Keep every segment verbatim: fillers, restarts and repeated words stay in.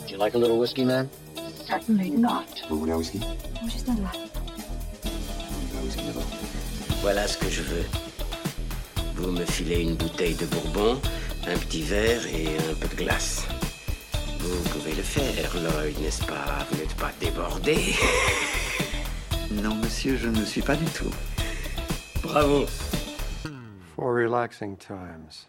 you like a little whiskey, man? Certainly not. Vous voulez un whisky? Oh, juste un là. Un whisky d'abord. Voilà ce que je veux. Vous me filez une bouteille de bourbon, un petit verre et un peu de glace. Vous pouvez le faire, Lloyd, n'est-ce pas? Vous n'êtes pas débordé? Non, monsieur, je ne le suis pas du tout. Bravo. For relaxing times.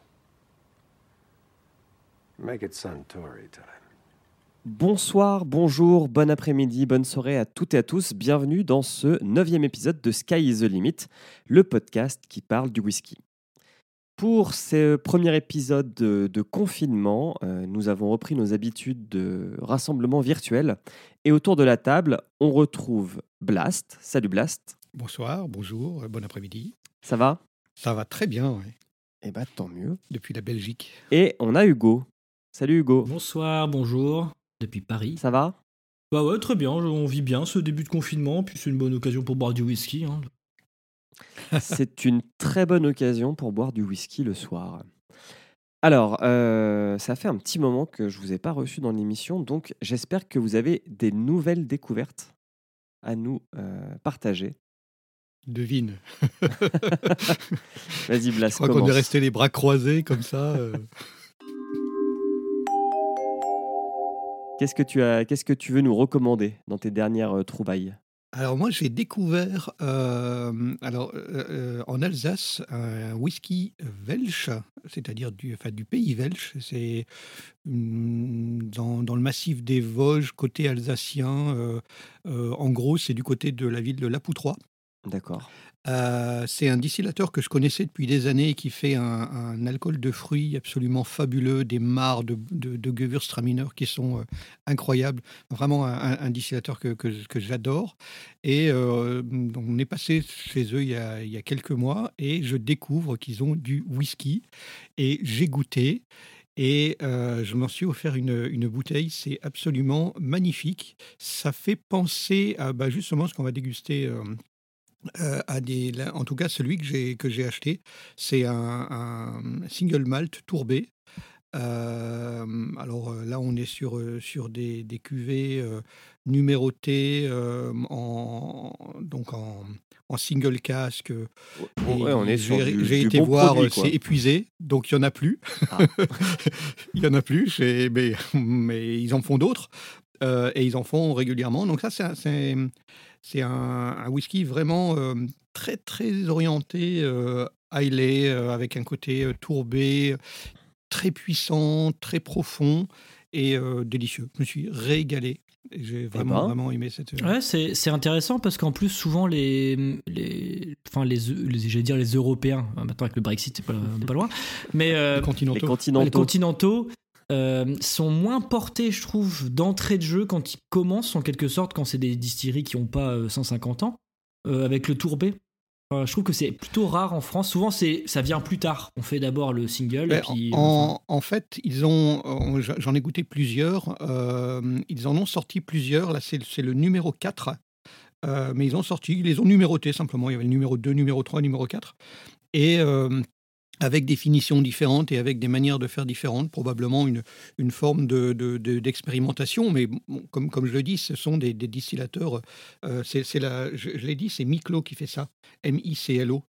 Make it Suntory time. Bonsoir, bonjour, bon après-midi, bonne soirée à toutes et à tous. Bienvenue dans ce neuvième épisode de Sky is the Limit, le podcast qui parle du whisky. Pour ce premier épisode de, de confinement, euh, nous avons repris nos habitudes de rassemblement virtuel. Et autour de la table, on retrouve Blast. Salut Blast. Bonsoir, bonjour, bon après-midi. Ça va ? Ça va très bien, oui. Eh bien, tant mieux. Depuis la Belgique. Et on a Hugo. Salut Hugo. Bonsoir, bonjour, depuis Paris. Ça va ? Bah ouais, très bien, on vit bien ce début de confinement, puis c'est une bonne occasion pour boire du whisky. Hein. C'est une très bonne occasion pour boire du whisky le soir. Alors, euh, ça fait un petit moment que je ne vous ai pas reçu dans l'émission, donc j'espère que vous avez des nouvelles découvertes à nous euh, partager. Devine. Vas-y, Blas, je crois commence. qu'on est resté les bras croisés comme ça. Euh... Qu'est-ce que tu as, qu'est-ce que tu veux nous recommander dans tes dernières euh, trouvailles ? Alors moi, j'ai découvert euh, alors, euh, en Alsace un whisky welsh, c'est-à-dire du, enfin, du pays welsh. C'est hum, dans, dans le massif des Vosges, côté alsacien. Euh, euh, en gros, c'est du côté de la ville de Lapoutroie. D'accord. Euh, c'est un distillateur que je connaissais depuis des années et qui fait un, un alcool de fruits absolument fabuleux, des mares de, de, de Gewürztraminer qui sont euh, incroyables. Vraiment un, un, un distillateur que, que, que j'adore. Et euh, on est passé chez eux il y, a, il y a quelques mois et je découvre qu'ils ont du whisky. Et j'ai goûté. Et euh, je m'en suis offert une, une bouteille, c'est absolument magnifique. Ça fait penser à bah, justement ce qu'on va déguster euh, Euh, à des, en tout cas, celui que j'ai, que j'ai acheté, c'est un, un single malt tourbé. Euh, alors là, on est sur, sur des, des cuvées euh, numérotées euh, en, donc en, en single casque. Bon, ouais, on est sur j'ai du, j'ai du été bon voir, produit, c'est épuisé, donc il n'y en a plus. Ah. Il n'y en a plus, chez, mais, mais ils en font d'autres. Euh, et ils en font régulièrement. Donc ça, c'est, c'est, c'est un, un whisky vraiment euh, très, très orienté euh, Islay, euh, avec un côté euh, tourbé, très puissant, très profond et euh, délicieux. Je me suis régalé. J'ai vraiment, eh ben. vraiment aimé cette... Ouais, c'est, c'est intéressant parce qu'en plus, souvent, les, les, enfin, les, les, j'allais dire les Européens, maintenant avec le Brexit, c'est pas, pas loin, mais euh, les continentaux, les continentaux, les continentaux Euh, sont moins portés, je trouve, d'entrée de jeu quand ils commencent, en quelque sorte, quand c'est des distilleries qui n'ont pas euh, cent cinquante ans, euh, avec le tourbé. Enfin, je trouve que c'est plutôt rare en France. Souvent, c'est, ça vient plus tard. On fait d'abord le single. Mais et puis, en, enfin... en fait, ils ont, j'en ai goûté plusieurs. Euh, ils en ont sorti plusieurs. Là, c'est, c'est le numéro quatre. Euh, mais ils ont sorti, ils les ont numérotés simplement. Il y avait le numéro deux, numéro trois, numéro quatre. Et... Euh, avec des finitions différentes et avec des manières de faire différentes, probablement une, une forme de, de, de, d'expérimentation. Mais bon, comme, comme je le dis, ce sont des, des distillateurs. Euh, c'est, c'est la, je, je l'ai dit, c'est Miclo qui fait ça, M I C L O.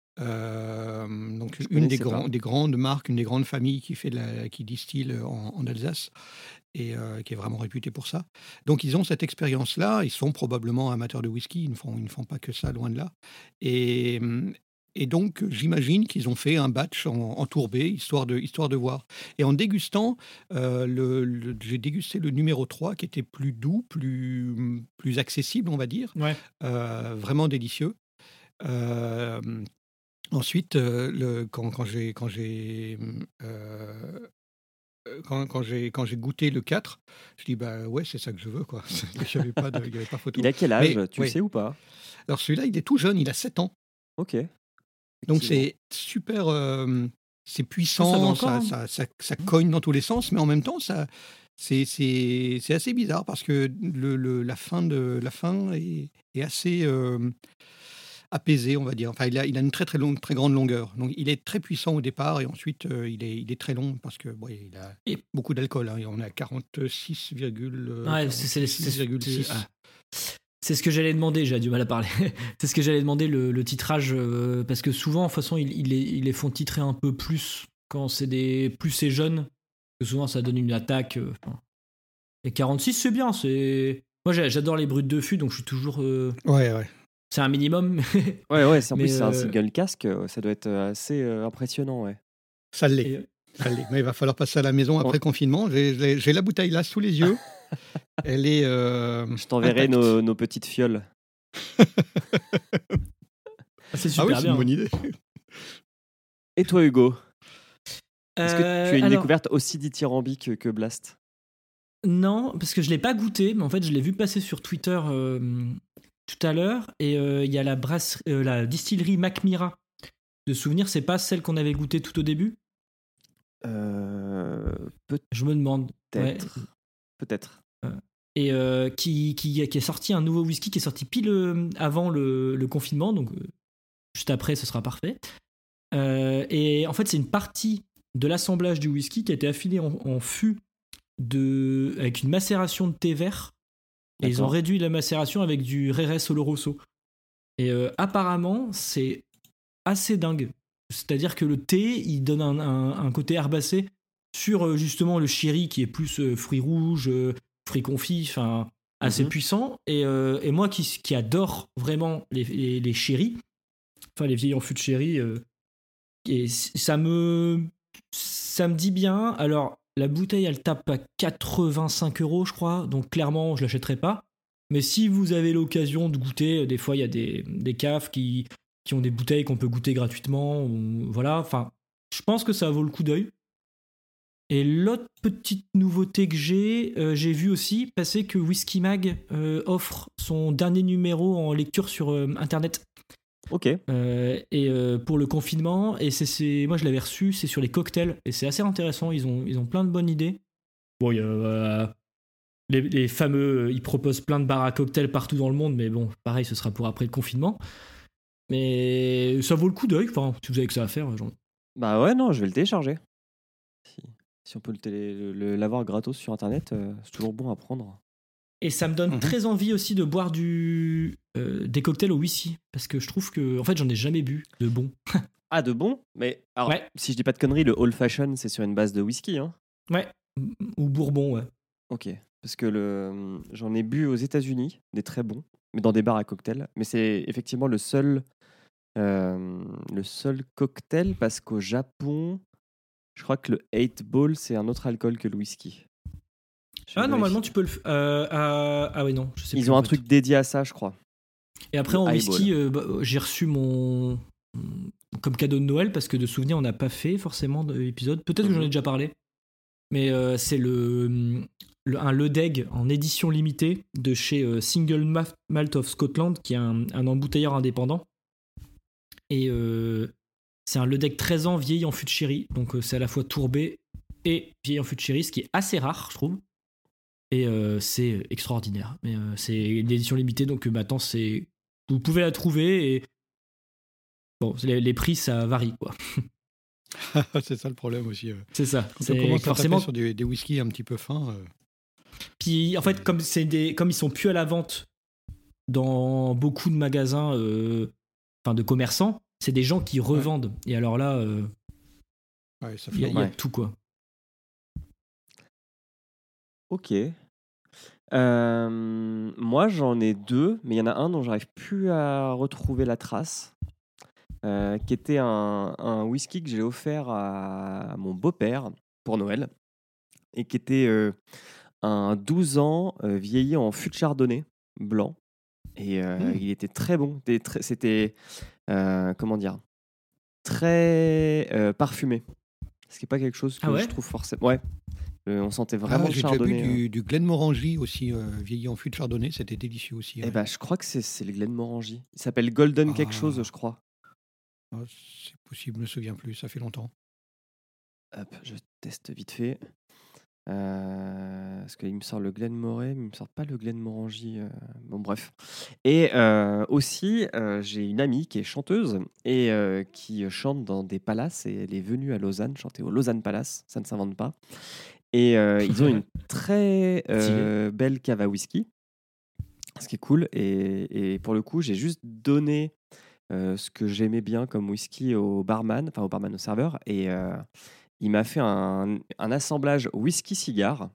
Euh, donc je une des, grand, des grandes marques, une des grandes familles qui, fait de la, qui distille en, en Alsace et euh, qui est vraiment réputée pour ça. Donc ils ont cette expérience-là, ils sont probablement amateurs de whisky, ils ne font, ils ne font pas que ça, loin de là. Et... Et donc, j'imagine qu'ils ont fait un batch en, en tourbé, histoire de, histoire de voir. Et en dégustant, euh, le, le, j'ai dégusté le numéro trois, qui était plus doux, plus, plus accessible, on va dire. Ouais. Euh, vraiment délicieux. Euh, ensuite, euh, le, quand, quand j'ai... Quand j'ai euh, Quand, quand, j'ai, quand j'ai goûté le quatre, je dis bah ouais, c'est ça que je veux, quoi. Il n'y avait pas de, il y avait pas photo. Il a quel âge, Mais, tu ouais. sais ou pas ? Alors celui-là, il est tout jeune, il a sept ans. Ok. Donc c'est super, euh, c'est puissant, ça, ça, ça, ça cogne dans tous les sens, mais en même temps, ça, c'est, c'est, c'est assez bizarre parce que le, le, la fin, de, la fin est, est assez, euh, apaisé, on va dire. Enfin, il a, il a une très très longue, très grande longueur. Donc, il est très puissant au départ et ensuite euh, il, est, il est très long parce que bon, il a Et- beaucoup d'alcool. Hein. On est à quarante-six virgule Ouais, c'est- c'est- c'est- quarante-six virgule six. c'est- ah. C'est ce que j'allais demander, j'ai du mal à parler. C'est ce que j'allais demander, le, le titrage, euh, parce que souvent, de toute façon, ils, ils les, ils les font titrer un peu plus quand c'est des plus c'est jeune, parce que souvent ça donne une attaque. euh, enfin. Et quarante-six, c'est bien. C'est moi, j'ai- j'adore les brutes de fût, donc je suis toujours. euh, Ouais, ouais. C'est un minimum. Ouais, ouais, c'est- en Mais, plus, c'est un euh, single casque, euh, ça doit être euh, assez euh, impressionnant, ouais. Ça l'est. Et- Ça l'est. Mais il va falloir passer à la maison après confinement. J'ai, j'ai- j'ai la bouteille là sous les yeux. Elle est. euh, Je t'enverrai intacte. nos, nos petites fioles. c'est Ah super oui, c'est bien. une bonne idée. Et toi, Hugo, est-ce que Euh, tu as une alors, découverte aussi dithyrambique que Blast? Non, parce que je l'ai pas goûté, mais en fait, je l'ai vu passer sur Twitter euh, tout à l'heure. Et euh, il y a la, brasserie, euh, la distillerie Macmira. De souvenir, c'est pas celle qu'on avait goûtée tout au début. Euh, Je me demande. Ouais. Peut-être. Peut-être. Et euh, qui, qui, qui est sorti un nouveau whisky qui est sorti pile euh, avant le, le confinement, donc euh, juste après, ce sera parfait. Euh, et en fait, c'est une partie de l'assemblage du whisky qui a été affinée en, en fût de, avec une macération de thé vert. Et ils ont D'accord. réduit la macération avec du Rérès Oloroso. Et euh, apparemment, c'est assez dingue. C'est-à-dire que le thé, il donne un, un, un côté herbacé sur euh, justement le sherry qui est plus euh, fruits rouges, euh, fruits confits, enfin assez Mhm. puissant. Et, euh, et moi qui, qui adore vraiment les, les, les sherry, enfin les vieilles en fût de sherry, euh, et c- ça me, ça me dit bien. Alors la bouteille, elle tape à quatre-vingt-cinq euros, je crois, donc clairement, je l'achèterai pas. Mais si vous avez l'occasion de goûter, des fois il y a des, des caves qui, qui ont des bouteilles qu'on peut goûter gratuitement, ou, voilà. Enfin, je pense que ça vaut le coup d'œil. Et l'autre petite nouveauté que j'ai, euh, j'ai vu aussi passer que Whisky Mag euh, offre son dernier numéro en lecture sur euh, Internet. Ok. Euh, et euh, pour le confinement, et c'est, c'est, moi je l'avais reçu, c'est sur les cocktails, et c'est assez intéressant, ils ont, ils ont plein de bonnes idées. Bon, il y a euh, les, les fameux, ils proposent plein de bars à cocktails partout dans le monde, mais bon, pareil, ce sera pour après le confinement. Mais ça vaut le coup d'œil, enfin, si vous avez que ça à faire, genre. Bah ouais, non, je vais le télécharger. Si, si on peut le télé- le- le- l'avoir gratos sur Internet, euh, c'est toujours bon à prendre. Et ça me donne Mhm. très envie aussi de boire du, euh, des cocktails au whisky, parce que je trouve que, en fait, j'en ai jamais bu de bon. Ah, de bon? Mais alors, Ouais. si je dis pas de conneries, le old fashion, c'est sur une base de whisky, hein? Ouais, ou bourbon, ouais. Ok. Parce que le... j'en ai bu aux États-Unis, des très bons, mais dans des bars à cocktails. Mais c'est effectivement le seul, euh, le seul cocktail, parce qu'au Japon, je crois que le eight ball, c'est un autre alcool que le whisky. Je Ah, vais normalement, vérifier. tu peux le. f- Euh, ah, ah, ouais, non, je sais Ils plus, ont en un fait. truc dédié à ça, je crois. Et après, le en highball. whisky, euh, bah, j'ai reçu mon. Comme cadeau de Noël, parce que de souvenir, on n'a pas fait forcément d'épisode. Peut-être que j'en ai Mhm. déjà parlé. Mais euh, c'est le, le- un Ledeg en édition limitée de chez euh, Single Ma- Malt of Scotland, qui est un, un embouteilleur indépendant. Et euh, c'est un Ledeg treize ans vieilli en fût de sherry. Donc euh, c'est à la fois tourbé et vieilli en fût de sherry, ce qui est assez rare, je trouve. Et euh, c'est extraordinaire. Mais euh, c'est une édition limitée, donc euh, maintenant c'est. Vous pouvez la trouver et. Bon, les, les prix, ça varie, quoi. C'est ça le problème aussi. euh. C'est ça. Quand C'est on commence forcément. à taper sur des, des whiskies un petit peu fins. euh, Puis en fait, comme, c'est des, comme ils sont plus à la vente dans beaucoup de magasins, euh, enfin de commerçants, c'est des gens qui revendent. Et alors là, euh, ouais, ça il y, a- fait il y a Ouais. tout, quoi. Ok. Euh, moi, j'en ai deux, mais il y en a un dont j'arrive plus à retrouver la trace, euh, qui était un, un whisky que j'ai offert à mon beau-père pour Noël, et qui était euh, un douze ans euh, vieilli en fût de chardonnay blanc. Et euh, Mm. il était très bon. C'était, très- c'était, euh, comment dire, très euh, parfumé. Ce qui n'est pas quelque chose que Ah ouais je trouve forcément. Ouais. Euh, on sentait Ah, vraiment le j'ai déjà bu chardonnay. hein. du, du Glenmorangie aussi, euh, vieilli en fût de chardonnay. C'était délicieux aussi. Eh ouais. ben, je crois que c'est, c'est le Glenmorangie. Il s'appelle Golden quelque Ah. chose, je crois. Ah, c'est possible, je me souviens plus. Ça fait longtemps. Hop, je teste vite fait. Euh, parce qu'il me sort le Glenmorangie, mais il me sort pas le Glenmorangie. euh, Bon, bref. Et euh, aussi, euh, j'ai une amie qui est chanteuse et euh, qui chante dans des palaces. Et elle est venue à Lausanne, chanter au Lausanne Palace. Ça ne s'invente pas. Et euh, ils ont une très euh, belle cave à whisky, ce qui est cool. Et, et pour le coup, j'ai juste donné euh, ce que j'aimais bien comme whisky au barman, enfin au barman, au serveur. Et euh, il m'a fait un, un assemblage whisky-cigare.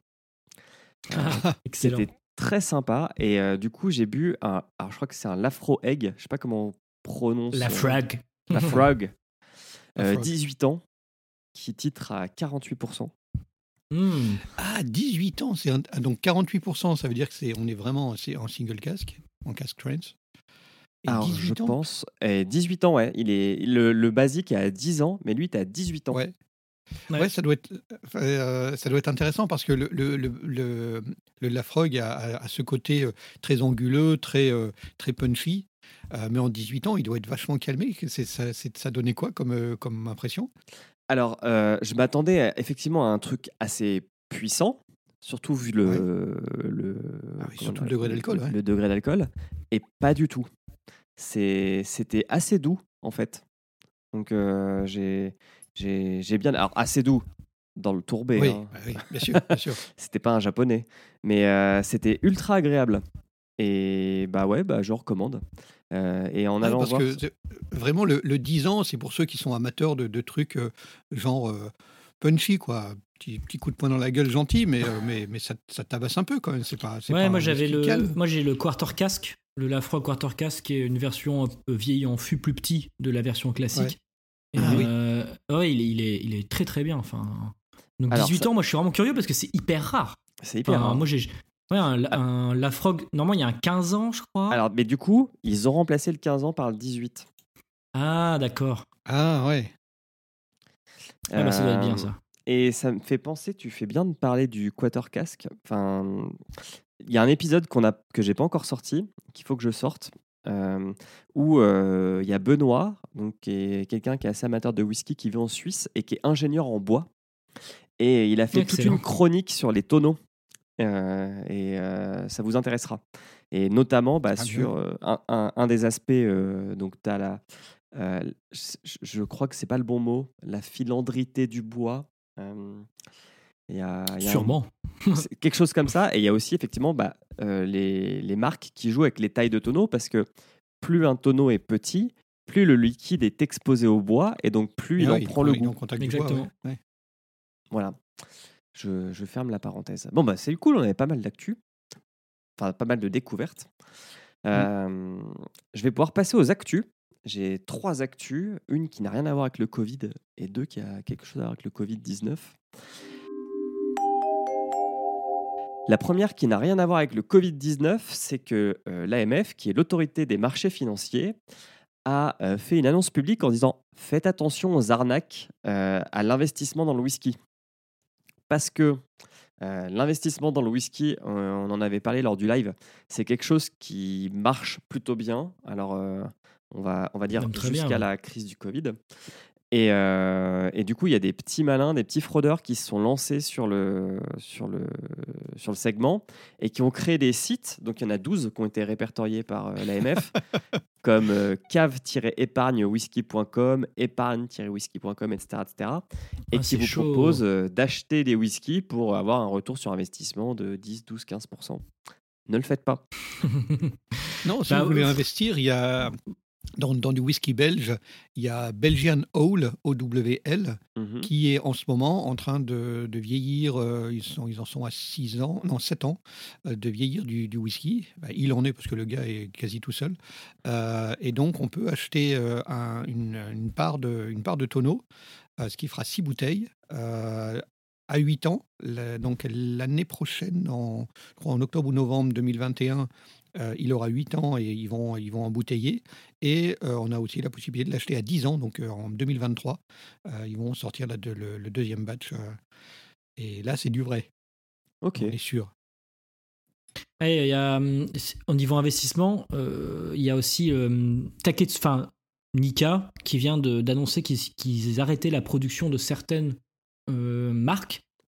Euh, Excellent. C'était très sympa. Et euh, du coup, j'ai bu un. Alors, je crois que c'est un Lafro Egg. Je sais pas comment on prononce. La euh, frag. La Frog. La euh, Frog. dix-huit ans, qui titre à quarante-huit pour cent. Hmm. Ah, dix-huit ans, c'est un- ah, donc quarante-huit pour cent, ça veut dire que c'est, on est vraiment c'est en single casque, en casque trance. Et Alors, je dix-huit ans pense. eh, dix-huit ans, ouais. Il est, le, le basique est à dix ans, mais lui, tu as dix-huit ans. Ouais. Ouais. Ouais, ça doit être, euh, ça doit être intéressant parce que le, le, le, le, le Lafroig a, a, a ce côté euh, très anguleux, très, euh, très punchy. Euh, mais en dix-huit ans, il doit être vachement calmé. C'est, ça, c'est, ça donnait quoi comme, euh, comme impression? Alors, euh, je m'attendais à- effectivement à un truc assez puissant, surtout vu le. Ouais. le Ah oui, comment surtout on le degré d'alcool, ouais. Le degré d'alcool. Et pas du tout. C'est, c'était assez doux, en fait. Donc, euh, j'ai, j'ai, j'ai bien. Alors, assez doux dans le tourbé. Oui, hein. bah oui, bien sûr, bien sûr. C'était pas un japonais. Mais euh, c'était ultra agréable. Et bah ouais, bah, je recommande. Euh, et en Ouais, allant parce voir. que c'est- vraiment, le, le dix ans, c'est pour ceux qui sont amateurs de, de trucs euh, genre euh, punchy, quoi. Petit, petit coup de poing dans la gueule gentil, mais, euh, mais, mais ça, ça tabasse un peu quand même. C'est pas, c'est Ouais, pas moi un j'avais whisky le, calme. moi j'ai le Quarter Cask, le Lafroig Quarter Cask, qui est une version euh, vieillie en fût plus petit de la version classique. Et, Ah oui. euh, ouais, il est, il est, il est très très bien. Enfin, donc Alors, dix-huit ça- ans, moi je suis vraiment curieux parce que c'est hyper rare. C'est hyper Enfin, rare. moi j'ai, ouais, un, un Lafroig. Normalement, il y a un quinze ans, je crois. Alors, mais du coup, ils ont remplacé le quinze ans par le dix-huit. Ah, d'accord. Ah ouais. Ah, bah, ça doit être bien Euh, ça. Et ça me fait penser, tu fais bien de parler du Quarter Cask. Enfin, il y a un épisode qu'on a, que j'ai pas encore sorti, qu'il faut que je sorte, euh, où euh, il y a Benoît, donc, qui est quelqu'un qui est assez amateur de whisky, qui vit en Suisse et qui est ingénieur en bois. Et il a fait toute Excellent. une chronique sur les tonneaux. Euh, et euh, ça vous intéressera. Et notamment bah, Ah, sur bien. euh, un, un- un des aspects, euh, donc tu as la. euh, je, je crois que c'est pas le bon mot, la filandrité du bois. Euh, il y a, il y a un- Sûrement. c'est quelque chose comme ça. Et il y a aussi effectivement bah, euh, les, les marques qui jouent avec les tailles de tonneaux parce que plus un tonneau est petit, plus le liquide est exposé au bois et donc plus il Ah en oui, prend le il est goût. en contact du Exactement. bois, ouais. Ouais. Voilà. Je, je ferme la parenthèse. Bon, bah, c'est cool, on avait pas mal d'actu. Enfin, pas mal de découvertes. Euh, Je vais pouvoir passer aux actus. J'ai trois actus. Une qui n'a rien à voir avec le Covid et deux qui a quelque chose à voir avec le covid dix-neuf. La première qui n'a rien à voir avec le covid dix-neuf, c'est que euh, l'A M F, qui est l'autorité des marchés financiers, a euh, fait une annonce publique en disant « Faites attention aux arnaques euh, à l'investissement dans le whisky ». Parce que euh, l'investissement dans le whisky, euh, on en avait parlé lors du live, c'est quelque chose qui marche plutôt bien. Alors, euh, on, va, on va dire Même très bien, jusqu'à ouais. la crise du Covid. Et, euh, et du coup, il y a des petits malins, des petits fraudeurs qui se sont lancés sur le, sur le, sur le segment et qui ont créé des sites. Donc, il y en a douze qui ont été répertoriés par euh, l'A M F, comme euh, cave tiret épargne whisky point com, épargne tiret whisky point com, et cetera, et cetera. Et Ah, qui c'est vous chaud. proposent euh, d'acheter des whiskies pour avoir un retour sur investissement de dix, douze, quinze pour cent. Ne le faites pas. Non, si Bah, vous voulez euh, investir, il y a dans, dans du whisky belge, il y a Belgian Owl, O W L, Mhm. qui est en ce moment en train de, de vieillir. euh, ils, sont, ils en sont à six ans, non sept ans, euh, de vieillir du, du whisky. Bah, il en est parce que le gars est quasi tout seul. Euh, et donc, on peut acheter euh, un- une, une part de, une part de tonneau, euh, ce qui fera six bouteilles. euh, à huit ans, La- donc l'année prochaine, en, je crois en octobre ou novembre deux mille vingt et un, euh, il aura huit ans et ils vont, ils vont embouteiller. Et euh, on a aussi la possibilité de l'acheter à dix ans, donc euh, en deux mille vingt-trois, euh, ils vont sortir là, de- le, le deuxième batch. euh, et là, c'est du vrai, Ok. on est sûr. Ouais, il y a, hum, au niveau investissement, euh, il y a aussi euh, Taketsu, enfin, Nika qui vient de- d'annoncer qu'ils qu'ils arrêtaient la production de certaines euh, marques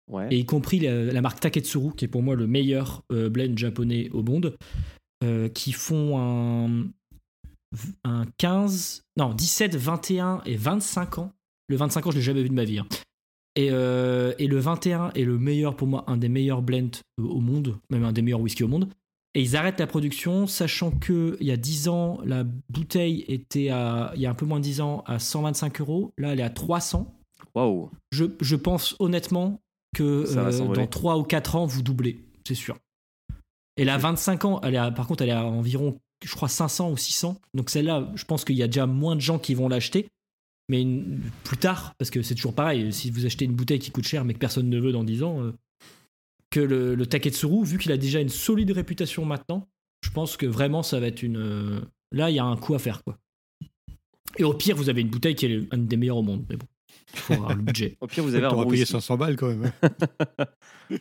Ouais. et y compris la, la marque Taketsuru, qui est pour moi le meilleur euh, blend japonais au monde, euh, qui font un, un quinze, non, dix-sept, vingt et un et vingt-cinq ans. Le vingt-cinq ans, je l'ai jamais vu de ma vie. Hein. Et, euh, et le vingt et un est le meilleur, pour moi, un des meilleurs blends au monde, même un des meilleurs whisky au monde. Et ils arrêtent la production, sachant qu'il y a dix ans, la bouteille était, à, il y a un peu moins de dix ans, à cent vingt-cinq euros. Là, elle est à trois cents. Waouh. Je, je pense honnêtement que Ça va euh, s'envoler. dans trois ou quatre ans, vous doublez, c'est sûr. Et là, vingt-cinq ans, elle est à- par contre, elle est à environ, je crois, cinq cents ou six cents. Donc celle-là, je pense qu'il y a déjà moins de gens qui vont l'acheter. Mais une- plus tard, parce que c'est toujours pareil, si vous achetez une bouteille qui coûte cher mais que personne ne veut dans dix ans, euh, que le, le Taketsuru, vu qu'il a déjà une solide réputation maintenant, je pense que vraiment ça va être une... euh, là, il y a un coup à faire, quoi. Et au pire, vous avez une bouteille qui est une des meilleures au monde. Mais bon, il faut avoir le budget. Au pire, vous avez un T'auras bon payé whisky. cinq cents balles quand même. hein.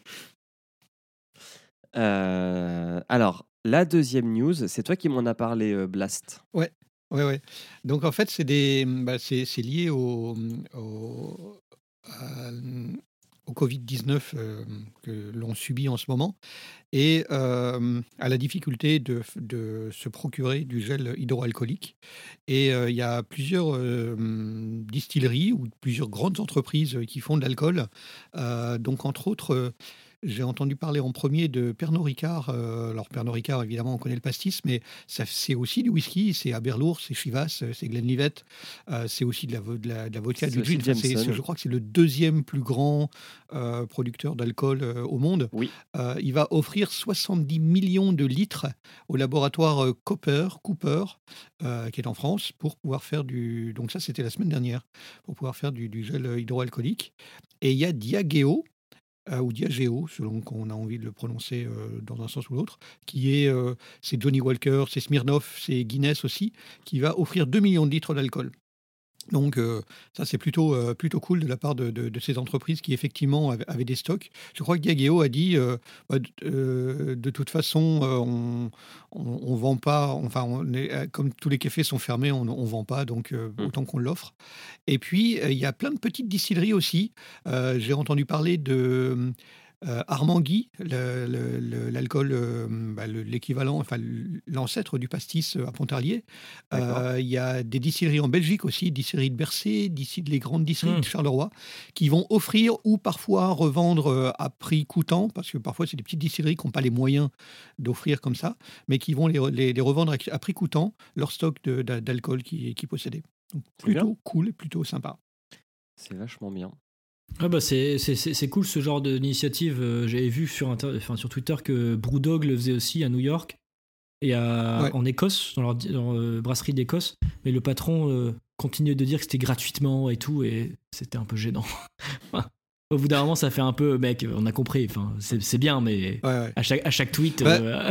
Euh, alors, la deuxième news, c'est toi qui m'en as parlé, euh, Blast. Ouais, ouais. Donc en fait, c'est des, bah, c'est, c'est lié au, au, à- au covid dix-neuf euh, que l'on subit en ce moment et euh, à la difficulté de, de se procurer du gel hydroalcoolique. Et euh, il y a plusieurs euh, distilleries ou plusieurs grandes entreprises qui font de l'alcool. Euh, donc entre autres, euh, j'ai entendu parler en premier de Pernod Ricard. Euh, alors Pernod Ricard, évidemment, on connaît le pastis, mais ça, c'est aussi du whisky. C'est Aberlour, c'est Chivas, euh, c'est Glenlivet. Euh, c'est aussi de la, vo- de la, de la vodka, C'est du aussi gin. Enfin, c'est- Jameson. c'est- je crois que c'est le deuxième plus grand euh, producteur d'alcool euh, au monde. Oui. Euh, il va offrir soixante-dix millions de litres au laboratoire euh, Cooper, Cooper euh, qui est en France, pour pouvoir faire du... Donc ça, c'était la semaine dernière, pour pouvoir faire du, du gel hydroalcoolique. Et il y a Diageo, euh, ou Diageo, selon qu'on a envie de le prononcer euh, dans un sens ou l'autre, qui est, euh, c'est Johnny Walker, c'est Smirnoff, c'est Guinness aussi, qui va offrir deux millions de litres d'alcool. Donc euh, ça, c'est plutôt, euh, plutôt cool de la part de, de- de ces entreprises qui, effectivement, avaient, avaient des stocks. Je crois que Diageo a dit, euh, bah, de, euh, de toute façon, euh, on on, on vend pas, enfin, on est- euh, comme tous les cafés sont fermés, on ne vend pas, donc euh, Mm. autant qu'on l'offre. Et puis, euh, il y a plein de petites distilleries aussi. Euh, J'ai entendu parler de... Euh, Armangui, le- le- le- l'alcool, euh, bah, le- l'équivalent, enfin l'ancêtre du pastis euh, à Pontarlier. D'accord. Euh, Il y a des distilleries en Belgique aussi, distilleries de Bercé, d'ici les grandes distilleries Mm. de Charleroi, qui vont offrir ou parfois revendre euh, à prix coûtant, parce que parfois c'est des petites distilleries qui n'ont pas les moyens d'offrir comme ça, mais qui vont les, re- les- les revendre à, à prix coûtant leur stock de- d'a- d'alcool qu'ils qui possédaient. Donc, C'est bien. plutôt cool et plutôt sympa. C'est vachement bien. Ah bah c'est, c'est, c'est, c'est cool ce genre de- d'initiative. Euh, J'avais vu sur, inter... enfin, sur Twitter que Brewdog le faisait aussi à New York et à... Ouais. en Écosse, dans leur, di- leur, euh, brasserie d'Écosse. Mais le patron euh, continuait de dire que c'était gratuitement et tout, et c'était un peu gênant. Au bout d'un moment, ça fait un peu, mec, on a compris. Enfin, c'est, c'est bien, mais Ouais, ouais. à chaque, à chaque tweet. Bah, euh,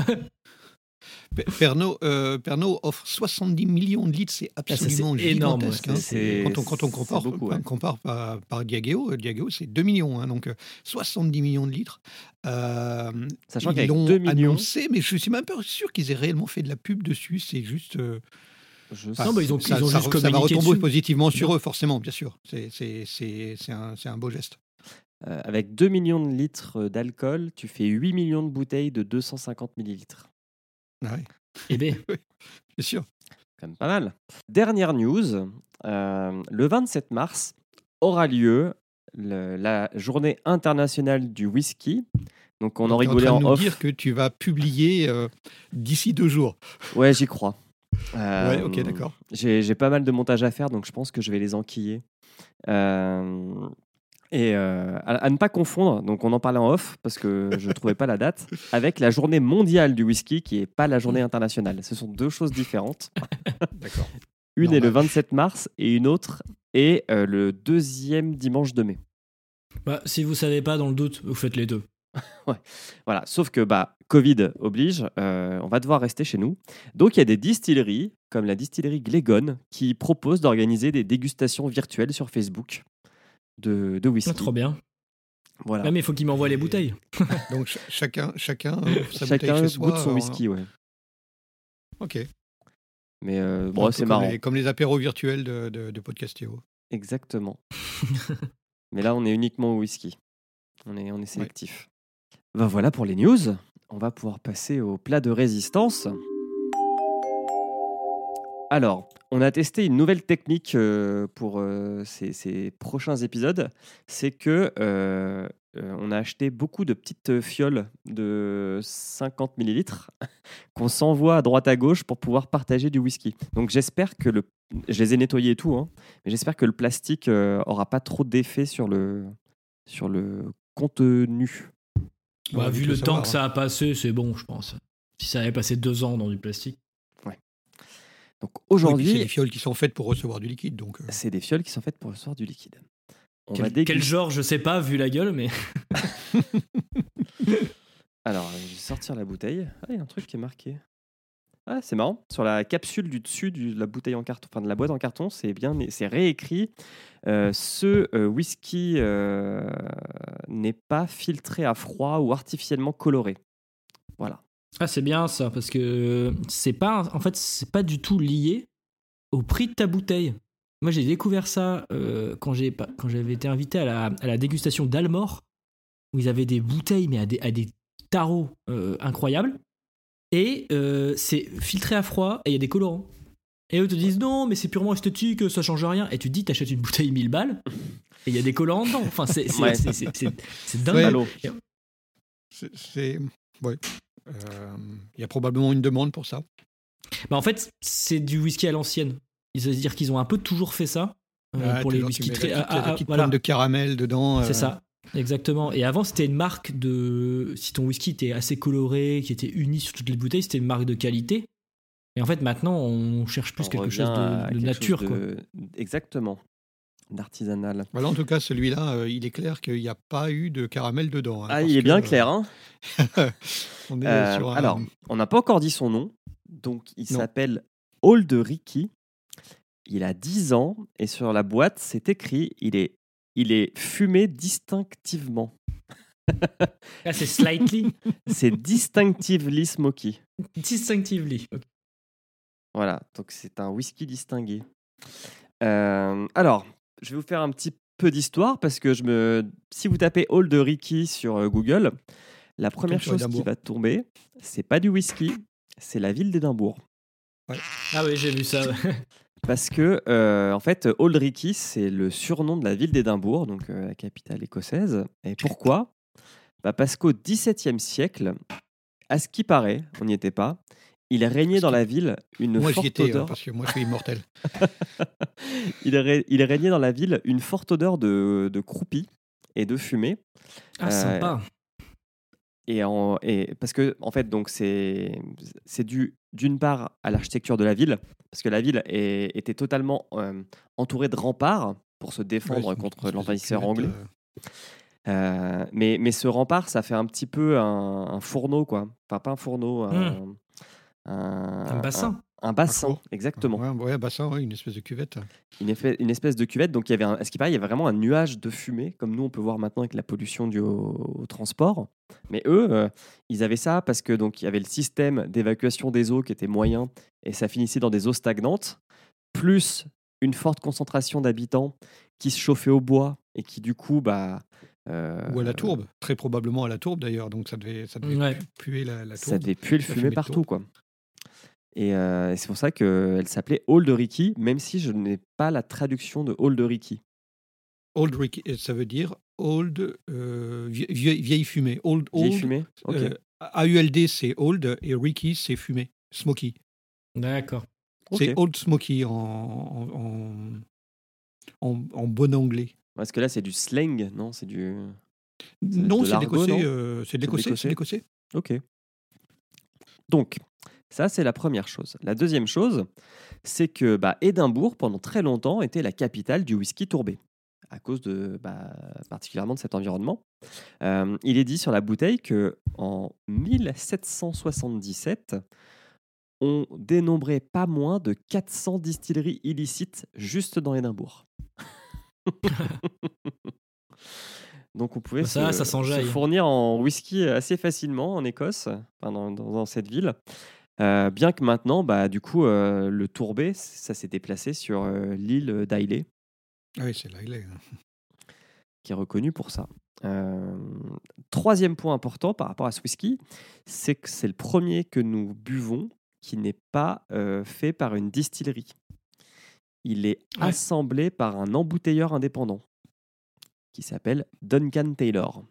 Pe- Pernod, euh, Pernod offre soixante-dix millions de litres, c'est ça, c'est absolument énorme, gigantesque. ouais, hein. c'est- Quand on, quand on compare, c'est beaucoup, ouais. on compare par, par Diageo, euh, Diageo c'est deux millions, hein, donc euh, soixante-dix millions de litres. Euh, Sachant ils qu'avec l'ont deux millions, annoncé, mais je suis même pas sûr qu'ils aient réellement fait de la pub dessus. C'est juste. euh, je enfin, Non, bah, ils ont- ça, ils ont ça, juste ça va communiqué retomber dessus. positivement sur eux, forcément, bien sûr. C'est c'est- c'est- c'est un, c'est un beau geste. euh, avec deux millions de litres d'alcool, tu fais huit millions de bouteilles de deux cent cinquante millilitres. Ah ouais, eh ben, bien sûr. Quand même pas mal. Dernière news, euh, le vingt-sept mars aura lieu le- la journée internationale du whisky. Donc on en Donc, t'es rigolait train en de nous off. dire que tu vas publier euh, d'ici deux jours. Ouais, j'y crois. Euh, Ouais, ok, d'accord. J'ai j'ai pas mal de montage à faire, donc je pense que je vais les enquiller. Euh, et euh, à, à ne pas confondre, donc on en parlait en off parce que je trouvais pas la date, avec la journée mondiale du whisky qui est pas la journée internationale. Ce sont deux choses différentes. D'accord. Une est le Normal. vingt-sept mars et une autre est euh, le deuxième dimanche de mai. bah, si vous savez pas, dans le doute, vous faites les deux. Voilà, sauf que bah, Covid oblige, euh, on va devoir rester chez nous. Donc il y a des distilleries, comme la distillerie Glegon, qui proposent d'organiser des dégustations virtuelles sur Facebook de, de whisky. Ah, trop bien. Voilà. Ah, mais il faut qu'il m'envoie les Et- bouteilles. Donc ch- chacun, chacun ouvre sa Chacun bouteille chez soi. goûte son en- whisky, ouais. Ok. Mais euh, Un bon, peu c'est comme marrant. Les, comme les apéros virtuels de, de, de Podcastéo. Exactement. Mais là, on est uniquement au whisky. On est, on est sélectif. Ouais. Ben voilà pour les news. On va pouvoir passer au plat de résistance. Alors, on a testé une nouvelle technique euh, pour euh, ces, ces prochains épisodes. C'est que euh, euh, on a acheté beaucoup de petites fioles de cinquante millilitres qu'on s'envoie à droite à gauche pour pouvoir partager du whisky. Donc j'espère que le... Je les ai nettoyés et tout, hein, mais j'espère que le plastique euh, aura pas trop d'effet sur le, sur le contenu. Bah, vu le temps que ça a passé, c'est bon, je pense. Si ça avait passé deux ans dans du plastique. Ouais. Donc aujourd'hui, oui, c'est des fioles qui sont faites pour recevoir du liquide. Donc, euh... c'est des fioles qui sont faites pour recevoir du liquide. On quel, va déguster... quel genre, je sais pas, vu la gueule, mais. Alors, je vais sortir la bouteille. Ah, il y a un truc qui est marqué. Ah, c'est marrant. Sur la capsule du dessus de la bouteille en carton, enfin de la boîte en carton, c'est bien, c'est réécrit. Euh, ce euh, whisky euh, n'est pas filtré à froid ou artificiellement coloré. Voilà. Ah, c'est bien ça, parce que c'est pas, en fait, c'est pas du tout lié au prix de ta bouteille. Moi, j'ai découvert ça euh, quand, j'ai, quand j'avais été invité à la, à la dégustation d'Almore, où ils avaient des bouteilles, mais à des, à des tarots euh, incroyables. Et euh, c'est filtré à froid et il y a des colorants. Et eux te disent non, mais c'est purement esthétique, ça change rien. Et tu te dis, t'achètes une bouteille mille balles et il y a des colorants dedans. Enfin, c'est, c'est, ouais. c'est, c'est, c'est, c'est dingue. Ouais. C'est, c'est... Ouais. Il euh, y a probablement une demande pour ça. Bah en fait, c'est du whisky à l'ancienne. C'est-à-dire qu'ils ont un peu toujours fait ça. Euh, ah, pour les whisky très. La petite, ah, la petite voilà. pointe de caramel dedans. C'est euh... ça. Exactement. Et avant, c'était une marque de. Si ton whisky était assez coloré, qui était uni sur toutes les bouteilles, c'était une marque de qualité. Et en fait, maintenant, on cherche plus on quelque chose de, de quelque nature. Chose de... Quoi. Exactement. D'artisanal. Voilà, en tout cas, celui-là, euh, il est clair qu'il n'y a pas eu de caramel dedans. Hein, ah, il est bien que, clair. Hein on est euh, sur un... Alors, on n'a pas encore dit son nom. Donc, il non. s'appelle Old Ricky. Il a dix ans. Et sur la boîte, c'est écrit il est Il est fumé distinctivement. Ah, c'est slightly. C'est distinctively smoky. Distinctively. Okay. Voilà, donc c'est un whisky distingué. Euh, alors, je vais vous faire un petit peu d'histoire parce que je me, si vous tapez Old Ricky sur Google, la première chose qui va tomber, c'est pas du whisky, c'est la ville d'Édimbourg. Ouais. Ah oui, j'ai vu ça. Parce que, euh, en fait, Old Ricky, c'est le surnom de la ville d'Édimbourg, donc euh, la capitale écossaise. Et pourquoi ? Bah parce qu'au XVIIe siècle, à ce qui paraît, on n'y était pas, il régnait dans la ville une moi, forte j'y étais, odeur. Hein, parce que moi, je suis immortel. il, ré... il régnait dans la ville une forte odeur de, de croupies et de fumée. Ah, euh, sympa. Et, en, et parce que en fait donc c'est c'est dû d'une part à l'architecture de la ville parce que la ville est, était totalement euh, entourée de remparts pour se défendre ouais, contre l'envahisseur anglais. Euh... Euh, mais mais ce rempart ça fait un petit peu un, un fourneau quoi, enfin pas un fourneau, un, mmh. un, un bassin. Un, un bassin, un exactement. Ouais, ouais, un bassin, ouais, une espèce de cuvette. Une, effet, une espèce de cuvette. Donc il y avait, un, à ce qui paraît, il y avait vraiment un nuage de fumée, comme nous on peut voir maintenant avec la pollution due au, au transport. Mais eux, euh, ils avaient ça parce que donc il y avait le système d'évacuation des eaux qui était moyen et ça finissait dans des eaux stagnantes, plus une forte concentration d'habitants qui se chauffaient au bois et qui du coup, bah Euh, Ou à la tourbe, très probablement à la tourbe d'ailleurs, donc ça devait, ça devait ouais. puer la, la tourbe. Ça devait puer le fumet partout, quoi. Et, euh, et c'est pour ça qu'elle s'appelait Old Ricky, même si je n'ai pas la traduction de Old Ricky. Old Ricky, ça veut dire old, euh, vieille, vieille fumée. Old, old, vieille fumée, ok. Euh, A U L D c'est old et Ricky c'est fumée, smoky. D'accord. C'est okay. Old Smoky en, en, en, en bon anglais. Parce que là, c'est du slang, non ? C'est du. C'est non, de c'est l'argot, l'écossais. Euh, c'est de l'écossais. C'est de l'écossais. Ok. Donc, ça, c'est la première chose. La deuxième chose, c'est que bah, Édimbourg, pendant très longtemps, était la capitale du whisky tourbé, à cause de, bah, particulièrement de cet environnement. Euh, il est dit sur la bouteille qu'en mille sept cent soixante-dix-sept, on dénombrait pas moins de quatre cents distilleries illicites juste dans Édimbourg. Donc on pouvait ça, se, ça se fournir en whisky assez facilement en Écosse, enfin dans, dans, dans cette ville. Euh, bien que maintenant, bah, du coup, euh, le tourbé, ça s'est déplacé sur euh, l'île d'Islay. Ah oui, c'est l'Islay. Qui est reconnue pour ça. Euh, troisième point important par rapport à ce whisky, c'est que c'est le premier que nous buvons qui n'est pas euh, fait par une distillerie. Il est Ouais. assemblé par un embouteilleur indépendant qui s'appelle Duncan Taylor.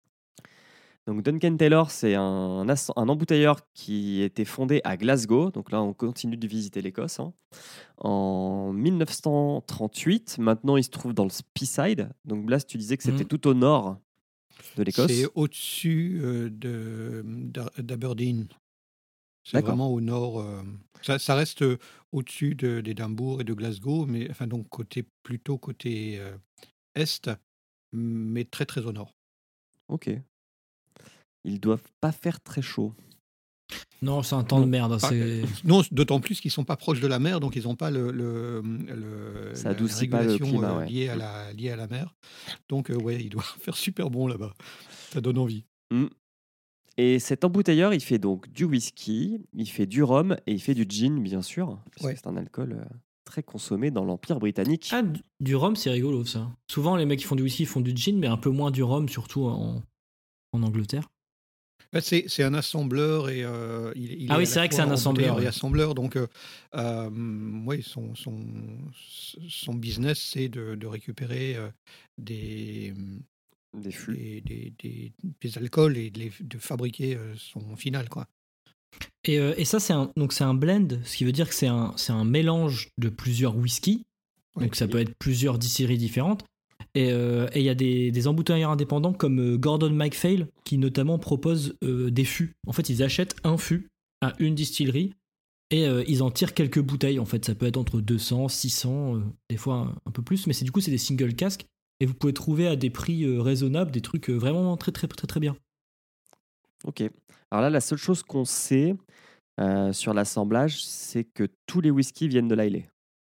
Donc Duncan Taylor, c'est un, ass- un embouteilleur qui était fondé à Glasgow. Donc là, on continue de visiter l'Écosse. hein. En dix-neuf cent trente-huit, maintenant, il se trouve dans le Speyside. Donc Blas, tu disais que c'était Mhm. tout au nord de l'Écosse. C'est au-dessus euh, de, d'A- d'Aberdeen. C'est D'accord. vraiment au nord. euh, ça, ça reste euh, au-dessus de, d'Édimbourg et de Glasgow, mais enfin donc côté plutôt côté euh, est, mais très très au nord. Ok. Ils doivent pas faire très chaud. Non, c'est un temps Non, de merde. hein, pas- c'est... Non, d'autant plus qu'ils sont pas proches de la mer, donc ils n'ont pas le, le, le- Ça la- la adoucit pas le régulation climat, euh, ouais. liée à la liée à la mer. Donc euh, ouais, il doit faire super bon là-bas. Ça donne envie. Mm. Et cet embouteilleur, il fait donc du whisky, il fait du rhum et il fait du gin, bien sûr, parce Ouais. que c'est un alcool euh, très consommé dans l'Empire britannique. Ah, du- du rhum, c'est rigolo ça. Souvent, les mecs qui font du whisky font du gin, mais un peu moins du rhum, surtout en, en Angleterre. Ouais, C'est, c'est un assembleur et euh, il, il Ah est oui, à c'est la vrai que fois c'est un assembleur, embouteilleur et ouais. assembleur. Donc, euh, euh, ouais, son, son, son business, c'est de, de récupérer euh, des, Des fûts. des, des, des- des alcools et de, les- de fabriquer euh, son final, quoi. Et, euh, et ça, c'est un, donc c'est un blend, ce qui veut dire que c'est un, c'est un mélange de plusieurs whiskies. Ouais. Donc ça peut être plusieurs distilleries différentes. Et euh, et il y a des, des embouteilleurs indépendants comme euh, Gordon MacPhail qui notamment proposent euh, des fûts. En fait, ils achètent un fût à une distillerie et euh, ils en tirent quelques bouteilles. En fait, ça peut être entre deux cents, six cents, euh, des fois un, un peu plus. Mais c'est du coup, c'est des single casques et vous pouvez trouver à des prix euh, raisonnables des trucs euh, vraiment très, très, très, très bien. Ok. Alors là, la seule chose qu'on sait euh, sur l'assemblage, c'est que tous les whiskies viennent de l'Islay.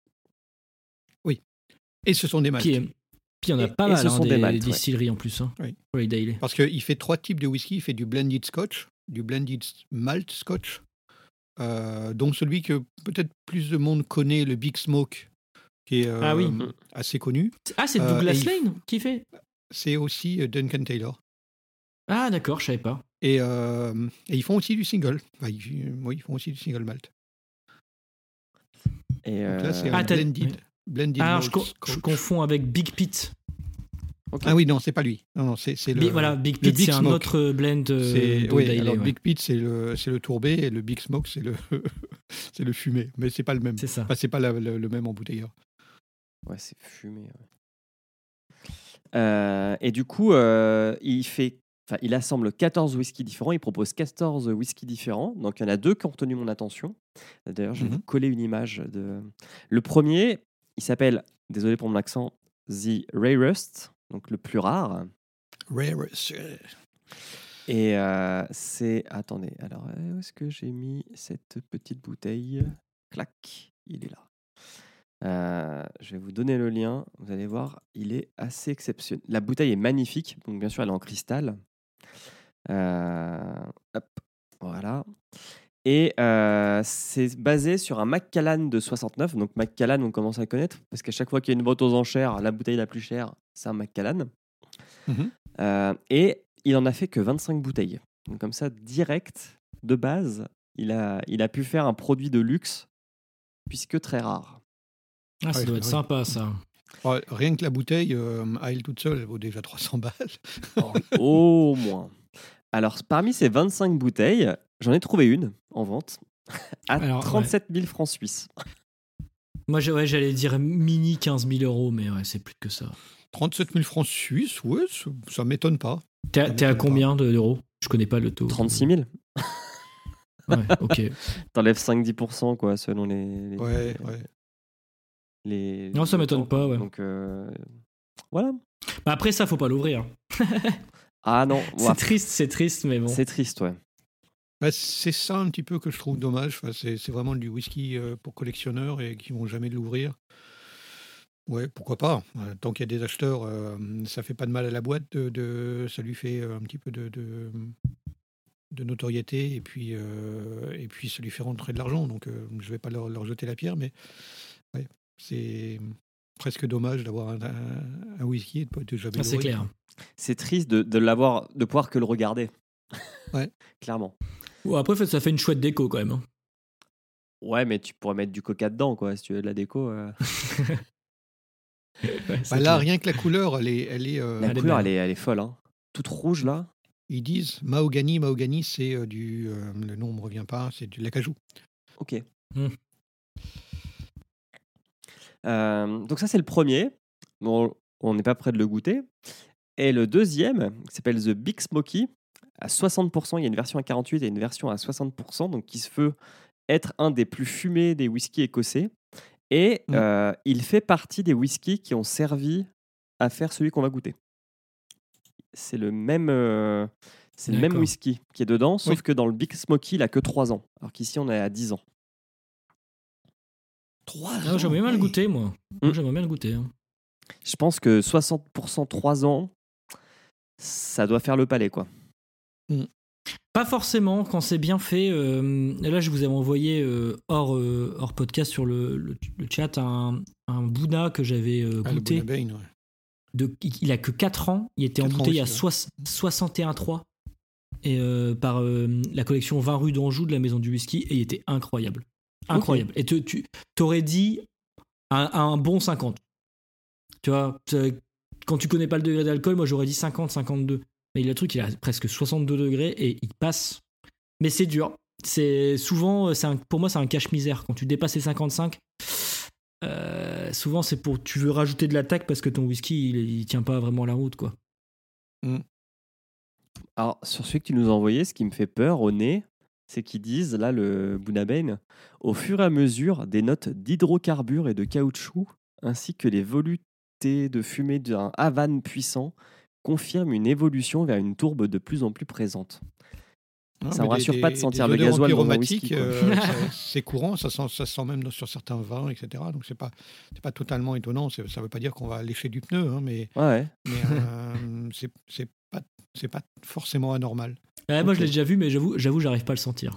Et ce sont des maltes. Puis, euh, puis il y en a Et- pas et mal, ce hein, sont des des, maltes, des ouais. distilleries en plus. Hein. Oui. Ray Daley. Parce qu'il fait trois types de whisky. Il fait du blended scotch, du blended malt scotch, euh, dont celui que peut-être plus de monde connaît, le Big Smoke, qui est euh, Ah oui. assez connu. Ah, c'est Euh, Douglas et il- Lane qui fait. C'est aussi euh, Duncan Taylor. Ah, d'accord, je savais pas. Et, euh, et ils font aussi du single. Enfin, ils, oui, ils font aussi du single malt. Et, Donc là, c'est euh, un Ah, t'as- blended. oui. blended Ah, malt je, co- scotch. je confonds avec Big Pete. ok. Ah oui, non, c'est pas lui. Non, non, c'est, c'est le. Bi- voilà, Big le Pete, Big c'est un Smoke. autre blend euh, C'est, de oui, Daley, alors ouais. Big Pete, c'est le, c'est le tourbé et le Big Smoke, c'est le, c'est le fumé. Mais c'est pas le même. C'est ça. Enfin, c'est pas la- le, le même embouteilleur. Ouais, c'est fumé. ouais. Euh, et du coup, euh, il fait, enfin, il assemble quatorze whiskies différents. Il propose quatorze whiskies différents. Donc, il y en a deux qui ont retenu mon attention. D'ailleurs, je vais Mhm. vous coller une image de. Le premier, il s'appelle, désolé pour mon accent, The Rarest, donc le plus rare. Rarest. euh, Et euh, c'est. Attendez, alors, euh, où est-ce que j'ai mis cette petite bouteille? Clac, il est là. Euh, je vais vous donner le lien. Vous allez voir, il est assez exceptionnel. La bouteille est magnifique. Donc, bien sûr, elle est en cristal. Euh, hop, voilà. Et euh, c'est basé sur un Macallan de soixante-neuf. Donc, Macallan, on commence à le connaître parce qu'à chaque fois qu'il y a une vente aux enchères, la bouteille la plus chère, c'est un Macallan. Mhm. Euh, et il en a fait que vingt-cinq bouteilles. Donc, comme ça, direct, de base, il a, il a pu faire un produit de luxe puisque très rare. Ah, ça Ouais, doit être ouais. sympa, ça. Ouais, rien que la bouteille, euh, à elle toute seule, elle vaut déjà trois cents balles. Au moins. Alors, parmi ces vingt-cinq bouteilles, j'en ai trouvé une en vente à Alors, trente-sept mille francs suisses. Moi, j'ai- ouais, j'allais dire mini quinze mille euros, mais ouais, c'est plus que ça. trente-sept mille francs suisses, ouais, ça, ça m'étonne pas. T'es, Ça t'es à m'étonne combien de- d'euros? Je connais pas le taux. trente-six mille. Ouais, ok. T'enlèves cinq à dix pour cent, quoi, selon les. les- Ouais, ouais. les- Non, ça les m'étonne temps, pas, quoi. ouais. Donc, euh, voilà. Bah après, ça, faut pas l'ouvrir. Ah non, C'est ouah, triste, c'est triste, mais bon. c'est triste, ouais. Bah, c'est ça un petit peu que je trouve dommage. Enfin, c'est, c'est vraiment du whisky euh, pour collectionneurs et qui vont jamais l'ouvrir. Ouais, pourquoi pas. Euh, Tant qu'il y a des acheteurs, euh, ça fait pas de mal à la boîte. De, de- ça lui fait euh, un petit peu de, de, de notoriété et puis, euh, et puis ça lui fait rentrer de l'argent. Donc euh, je vais pas leur, leur jeter la pierre, mais ouais, c'est, presque dommage d'avoir un, un, un whisky et de pas de jamais Ah, c'est l'ouvrir. clair. C'est triste de, de l'avoir, de pouvoir que le regarder. Ouais. Clairement. Bon, après, ça fait une chouette déco quand même. hein. Ouais, mais tu pourrais mettre du coca dedans, quoi, si tu veux de la déco. euh. Ouais, c'est Bah là, clair. rien que la couleur, elle est, elle est. euh, La Elle est couleur, belle. elle est, elle est folle. Hein. Toute rouge, là. Ils disent mahogany, mahogany, c'est euh, du. euh, le nom me revient pas, c'est de l'acajou. Ok. Hmm. Euh, donc ça, c'est le premier. Bon, on n'est pas prêt de le goûter. Et le deuxième, qui s'appelle The Big Smoky, à soixante pour cent. Il y a une version à quarante-huit et une version à soixante pour cent, donc qui se veut être un des plus fumés des whiskies écossais. Et Mm. euh, il fait partie des whiskies qui ont servi à faire celui qu'on va goûter. C'est le même, euh, c'est le même D'accord. whisky qui est dedans, sauf Oui. que dans le Big Smoky, il a que trois ans, alors qu'ici, on est à dix ans. Trois Ah, j'aimerais bien le ouais. goûter, moi. Moi, Hmm. J'aimerais bien le goûter. hein. Je pense que soixante pour cent trois ans, ça doit faire le palais, quoi. Pas forcément, quand c'est bien fait. euh, là, je vous avais envoyé euh, hors, euh, hors podcast sur le, le, le chat un, un Bouna que j'avais euh, Ah, le goûté. Bonabane, ouais. De, il a que quatre ans. Il était quatre ans embouteillé à aussi, ouais. soix- soixante et un virgule trois et, euh, par euh, la collection vingt rue d'Anjou de la Maison du Whisky. Et il était incroyable. Incroyable. Et tu, tu aurais dit un, un bon cinquante. Tu vois, tu- quand tu connais pas le degré d'alcool, moi j'aurais dit cinquante, cinquante-deux. Mais le truc, il a presque soixante-deux degrés et il passe. Mais c'est dur. C'est souvent, c'est un- pour moi, c'est un cache-misère. Quand tu dépasses les cinquante-cinq, euh, souvent c'est pour, tu veux rajouter de l'attaque parce que ton whisky, il, il tient pas vraiment la route, quoi. Alors, sur celui que tu nous as envoyé, ce qui me fait peur au nez, c'est qu'ils disent, là, le Bunnahabhain, au fur et à mesure, des notes d'hydrocarbures et de caoutchouc, ainsi que les voluptés de fumée d'un Havane puissant, confirment une évolution vers une tourbe de plus en plus présente. Non, Ça mais me rassure pas de sentir le odeurs gasoil dans un empyromatiques, whisky, quoi. euh, ça- c'est courant, ça sent, ça sent même dans- sur certains vins, et cetera. Donc c'est pas, c'est pas totalement étonnant. C'est- Ça veut pas dire qu'on va lécher du pneu, hein, mais, Ouais. mais euh, c'est, c'est pas, c'est pas forcément anormal. Ouais, moi Ok. je l'ai déjà vu, mais j'avoue, j'avoue, j'arrive pas à le sentir.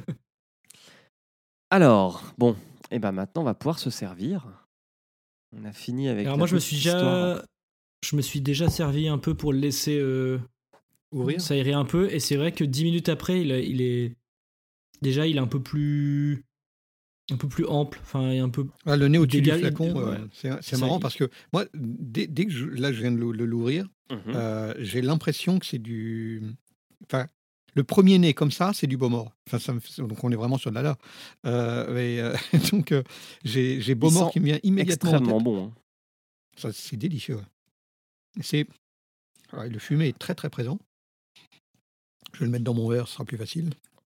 Alors, bon, et ben maintenant, on va pouvoir se servir. On a fini avec. Alors la moi, je me petite suis histoire. déjà, je me suis déjà servi un peu pour le laisser euh, Ouvrir. s'aérer un peu, et c'est vrai que dix minutes après, il, a- il est déjà, il est un peu plus, un peu plus ample. Enfin, il est un peu. Ah, le nez au-dessus du Dégage- flacon, euh, ouais. c'est, c'est Ça, marrant il- parce que moi, dès, dès que je, là, je viens de le, le- l'ouvrir, Mhm. euh, j'ai l'impression que c'est du. Enfin, le premier nez comme ça, c'est du Beaumort. Enfin, ça me fait- donc on est vraiment sur de la là. Euh, mais, euh, donc euh, j'ai, j'ai Beaumort sent qui me vient immédiatement en tête. Extrêmement bon. hein. Ça, c'est délicieux. ouais. C'est... ouais, le fumé est très très présent. Je vais le mettre dans mon verre, ce sera plus facile.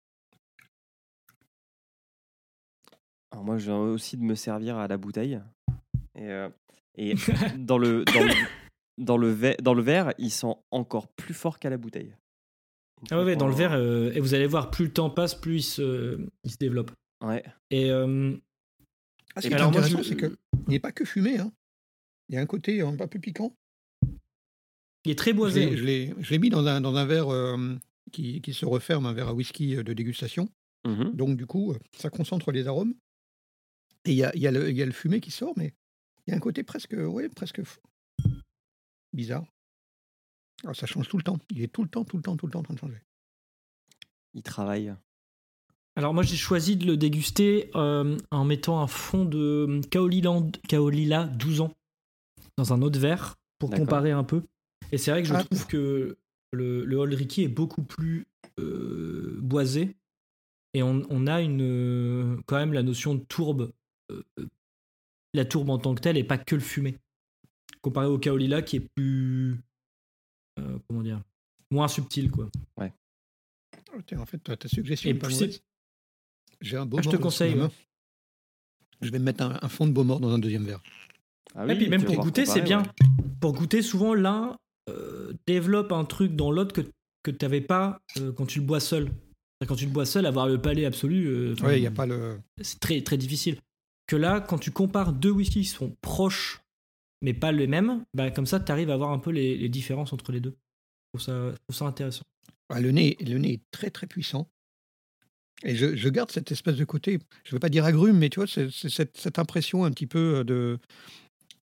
Alors moi, j'ai aussi de me servir à la bouteille. Et, euh, et dans, le, dans, le, dans, le verre, dans le verre, il sent encore plus fort qu'à la bouteille. Une Ah fois ouais, ouais, qu'on- dans le verre, euh, et vous allez voir, plus le temps passe, plus il se, il se développe. Ouais. Et euh, Ah, ce Et qui est alors moi, intéressant, je- c'est qu'il n'est pas que fumé. Hein. Il y a un côté un peu plus piquant. il est très Je boisé. l'ai, je l'ai- je l'ai mis dans un, dans un verre euh, qui, qui se referme, un verre à whisky euh, de dégustation. Mhm. Donc, du coup, euh, ça concentre les arômes. Et il y a, il y a le, il y a le fumé qui sort, mais il y a un côté presque, ouais, presque f- bizarre. Alors, ça change tout le temps. Il est tout le temps, tout le temps, tout le temps en train de changer. Il travaille. Alors moi, j'ai choisi de le déguster euh, en mettant un fond de Kaolila, Kaolila douze ans dans un autre verre pour D'accord. comparer un peu. Et c'est vrai que je Ah. trouve que le, le Old Ricky est beaucoup plus euh, boisé. Et on, on a une, euh, quand même la notion de tourbe. euh, euh, la tourbe en tant que telle et pas que le fumé. Comparé au Kaolila qui est plus... euh, comment dire, moins subtil, quoi. Oh, tiens, en fait, ta, ta suggestion Et est pas plus mauvaise. c'est- J'ai un Ah, Beaumort. je te là, sous conseille, la main. ouais. Je vais me mettre un, un fond de Beaumort dans un deuxième verre. Ah Et puis même tu vas pour pouvoir goûter, c'est comparer, bien. ouais. Pour goûter, souvent l'un euh, développe un truc dans l'autre que, que tu n'avais pas euh, quand tu le bois seul. C'est-à-dire, Quand tu le bois seul, avoir le palais absolu, euh, enfin, Oui, il n'y a pas le. c'est très, très difficile. Que là, quand tu compares deux whiskies qui sont proches, mais pas les mêmes, bah, comme ça, tu arrives à voir un peu les, les différences entre les deux. Je trouve ça, je trouve ça intéressant. Ah, le, nez, le nez est très très puissant. Et je, je garde cette espèce de côté, je ne veux pas dire agrume, mais tu vois, c'est, c'est cette, cette impression un petit peu de,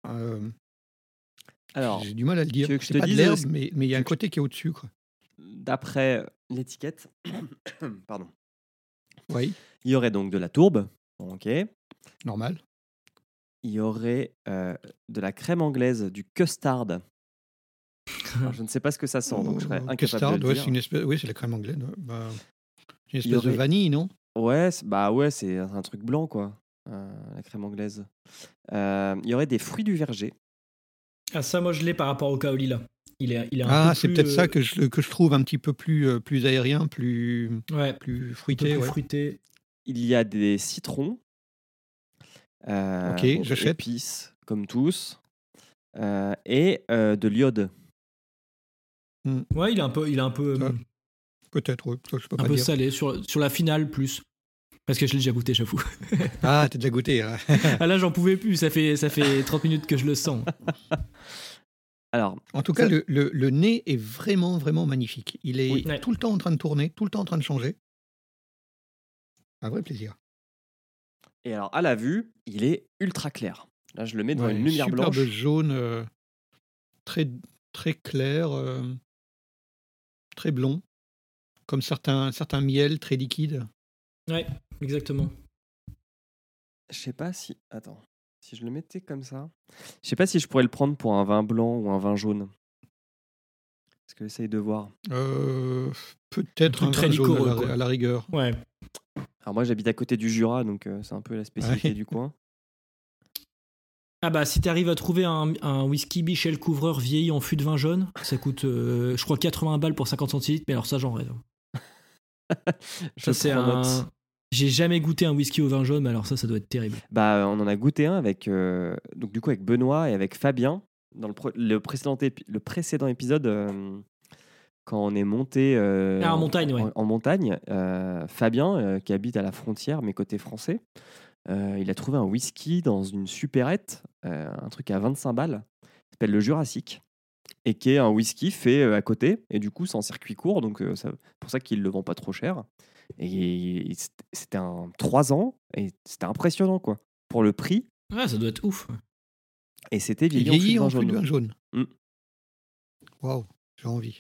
Euh, Alors, J'ai du mal à le dire. tu veux que je C'est te pas de dise l'herbe, ce- mais mais il y a tu un veux que je- côté qui est au-dessus. Quoi. d'après l'étiquette, pardon, Oui, il y aurait donc de la tourbe, ok. normal. Il y aurait euh, de la crème anglaise, du custard. Alors, je ne sais pas ce que ça sent, donc je serais Euh, incapable custard, de le ouais, dire. c'est une espèce... Oui, c'est la crème anglaise. ouais. Bah, c'est une Il y espèce de aurait- vanille, non? Ouais, c'est- bah ouais, c'est un truc blanc, quoi, euh, la crème anglaise. Euh, il y aurait des fruits du verger. Ah, ça, moi, je l'ai par rapport au kaoli, là. Il est, il est un Ah, peu c'est plus, peut-être euh, ça que je, que je trouve un petit peu plus, euh, plus aérien, plus, Ouais, plus un peu fruité. plus ouais. fruité. Il y a des citrons. euh, Ok, bon, j'achète. épices, comme tous. euh, et euh, de l'iode. Ouais, il est un peu, il est un peu, Ça, euh, Peut-être, ouais. Ça, je peux un pas peu dire. salé sur, sur la finale plus. Parce que je l'ai déjà goûté, j'avoue. Ah, t'as déjà goûté. hein. Ah là, j'en pouvais plus. Ça fait, ça fait trente minutes que je le sens. Alors, En tout cas, Ça- le, le, le nez est vraiment, vraiment magnifique. Il est Oui. Ouais. tout le temps en train de tourner, tout le temps en train de changer. Un vrai plaisir. et alors, à la vue, il est ultra clair. Là, je le mets dans Ouais, une lumière superbe blanche. jaune, euh, très, très clair, euh, très blond, comme certains, certains miels très liquides. Ouais, exactement. Je sais pas si. Attends. Si je le mettais comme ça. Je sais pas si je pourrais le prendre pour un vin blanc ou un vin jaune. Parce que j'essaye de voir. Euh, Un Peut-être truc un très vin jaune liquoreux, à la, quoi. à la rigueur. Ouais. Alors, moi, j'habite à côté du Jura, donc euh, c'est un peu la spécialité Ouais. du coin. Ah bah, si t'arrives à trouver un, un whisky Michel Couvreur vieilli en fût de vin jaune, ça coûte, euh, je crois, quatre-vingts balles pour cinquante centilitres. Mais alors ça, j'en rêve. Je Ça, c'est prends note. un... J'ai jamais goûté un whisky au vin jaune, mais alors ça, ça doit être terrible. Bah, on en a goûté un avec, euh, donc du coup, avec Benoît et avec Fabien dans le, pro- le précédent, épi- le précédent épisode. euh, quand on est monté euh, Ah, en montagne, ouais. en, en montagne, euh, Fabien, euh, qui habite à la frontière, mais côté français, euh, il a trouvé un whisky dans une supérette, euh, un truc à vingt-cinq balles, qui s'appelle le Jurassique, et qui est un whisky fait euh, à côté, et du coup, c'est en circuit court, donc euh, c'est pour ça qu'il ne le vend pas trop cher. Et il- c'était un trois ans, et c'était impressionnant, quoi, pour le prix, Ouais, ça doit être ouf. et c'était Et vieilli, vieilli en en fût fût de de vin vin jaune. jaune. Mm. Waouh, j'ai envie.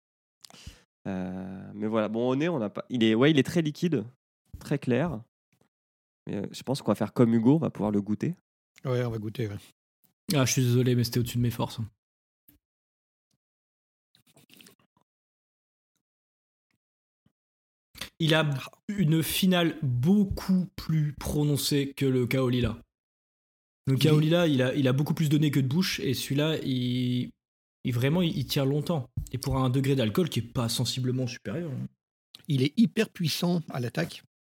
Euh, mais voilà, bon, au nez, on n'a pas. Il est, ouais, il est très liquide, très clair. Mais, euh, je pense qu'on va faire comme Hugo, on va pouvoir le goûter. Ouais, on va goûter. ouais. Ah, je suis désolé, mais c'était au-dessus de mes forces. Il a une finale beaucoup plus prononcée que le Kaolila. Le Kaolila, il a, il a beaucoup plus de nez que de bouche, et celui-là, il, il vraiment, il, il tient longtemps. Et pour un degré d'alcool qui est pas sensiblement supérieur. hein. Il est hyper puissant à l'attaque.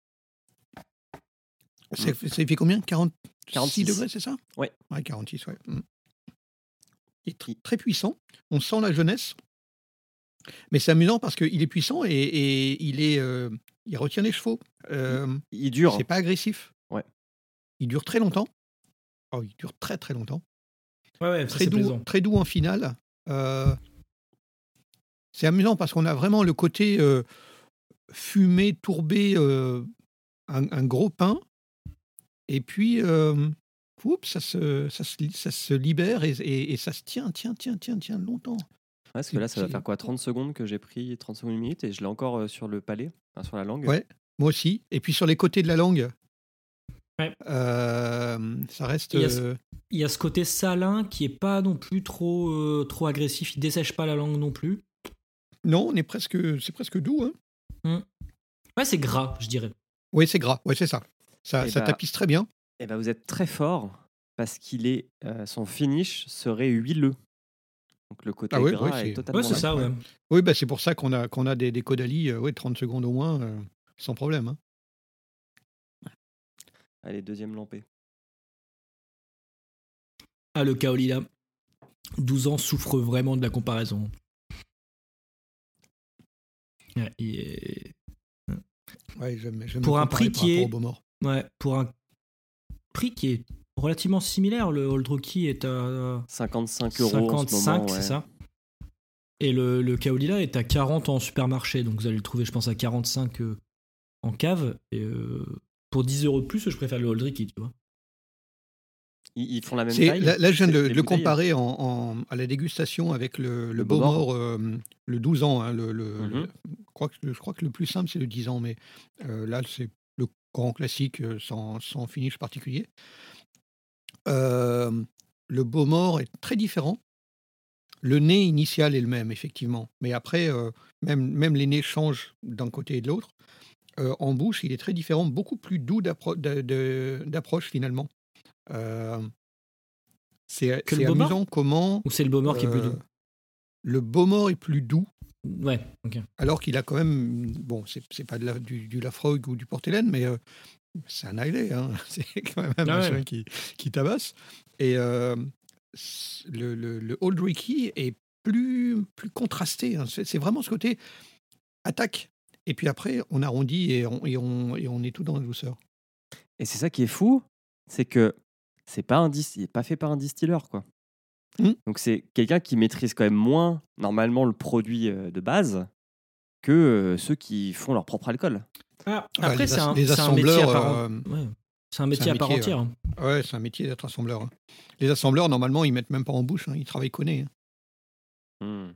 Ça, fait- ça fait combien quarante-six quarante-six degrés, c'est ça? Ouais. Ouais, quarante-six, ouais. Mm. Il est tr- très puissant. On sent la jeunesse. Mais c'est amusant parce qu'il est puissant et, et il, est, euh, il retient les chevaux. Euh, Il dure. c'est pas agressif. Ouais. Il dure très longtemps. Oh, il dure très très longtemps. Ouais, ouais, ça, Très c'est doux, plaisant. très doux en finale. Euh, c'est amusant parce qu'on a vraiment le côté euh, fumé, tourbé, euh, un, un gros pain. Et puis, euh, oups, ça, se, ça, se, ça se libère et, et, et ça se tient, tient, tient, tient, tient longtemps. Ouais, parce que là, ça va c'est- faire quoi trente secondes que j'ai pris, trente secondes, une minute, et je l'ai encore euh, sur le palais, enfin, sur la langue. Ouais. Moi aussi. Et puis sur les côtés de la langue, Ouais. euh, ça reste. Il y a ce- euh, Il y a ce côté salin qui est pas non plus trop, euh, trop agressif. Il dessèche pas la langue non plus. Non, on est presque, c'est presque doux. Hein. Ouais, c'est gras, je dirais. Oui, c'est gras. Oui, c'est ça. Ça, Eh ça bah, tapisse très bien. Et ben vous êtes très fort parce qu'il est, euh, son finish serait huileux. Donc le côté Ah ouais, gras ouais, est c'est- totalement Ouais, c'est là. ça, ouais. Oui, bah, c'est pour ça qu'on a, qu'on a des, des Caudalie, euh, ouais, trente secondes au moins, euh, sans problème. Hein. Allez, deuxième lampée. Ah, le Kaolila. douze ans souffre vraiment de la comparaison. Ouais, il est- Ouais, j'aime, j'aime Pour le un comparer prix par qui rapport est- au Beaumort. ouais, pour un prix qui est relativement similaire, le Old Rocky est à cinquante-cinq euros en ce cinquante-cinq, moment. c'est ouais. ça. Et le, le Kaolila est à quarante en supermarché, donc vous allez le trouver, je pense, à quarante-cinq euh, en cave. Et euh, pour dix euros de plus, je préfère le Old Ricky, tu vois. Ils, ils font la même C'est- taille. là, là, je viens de, C'est le- les de le bouteilles. comparer en, en- à la dégustation avec le, le, Le Beaumort, euh, le douze ans. hein, le, le- Mhm. le- je, crois que, je crois que le plus simple, c'est le dix ans, mais euh, là, c'est le grand classique euh, sans, sans finish particulier. Euh, le Beaumort est très différent. Le nez initial est le même, effectivement. Mais après, euh, même, même les nez changent d'un côté et de l'autre. Euh, en bouche, il est très différent, beaucoup plus doux d'appro- de- de- d'approche, finalement. Euh, c'est Que le c'est Beaumort amusant comment Ou c'est le Beaumort qui est plus euh, doux? le Beaumort est plus doux, Ouais, ok. alors qu'il a quand même, bon, c'est c'est pas de la- du, du Lafroig ou du Port-Hélène, mais euh, c'est un Islay, hein. C'est quand même un Ah ouais. machin qui, qui tabasse. Et euh, c- le, le, le Old Ricky est plus, plus contrasté. hein. C'est c'est vraiment ce côté attaque. Et puis après, on arrondit et on, et on, et on est tout dans la douceur. Et c'est ça qui est fou, c'est que c'est pas un dis- il est pas fait par un distilleur, quoi. Mm. Donc c'est quelqu'un qui maîtrise quand même moins normalement le produit euh, de base que euh, ceux qui font leur propre alcool. Ah, Ah, après, les c'est as- un, les c'est un métier à assembleurs, part, euh, en- ouais. C'est un métier un à part métier, entière. hein. Ouais, c'est un métier d'être assembleur. hein. Les assembleurs, normalement, ils mettent même pas en bouche. hein. Ils travaillent qu'au nez. hein. Mm.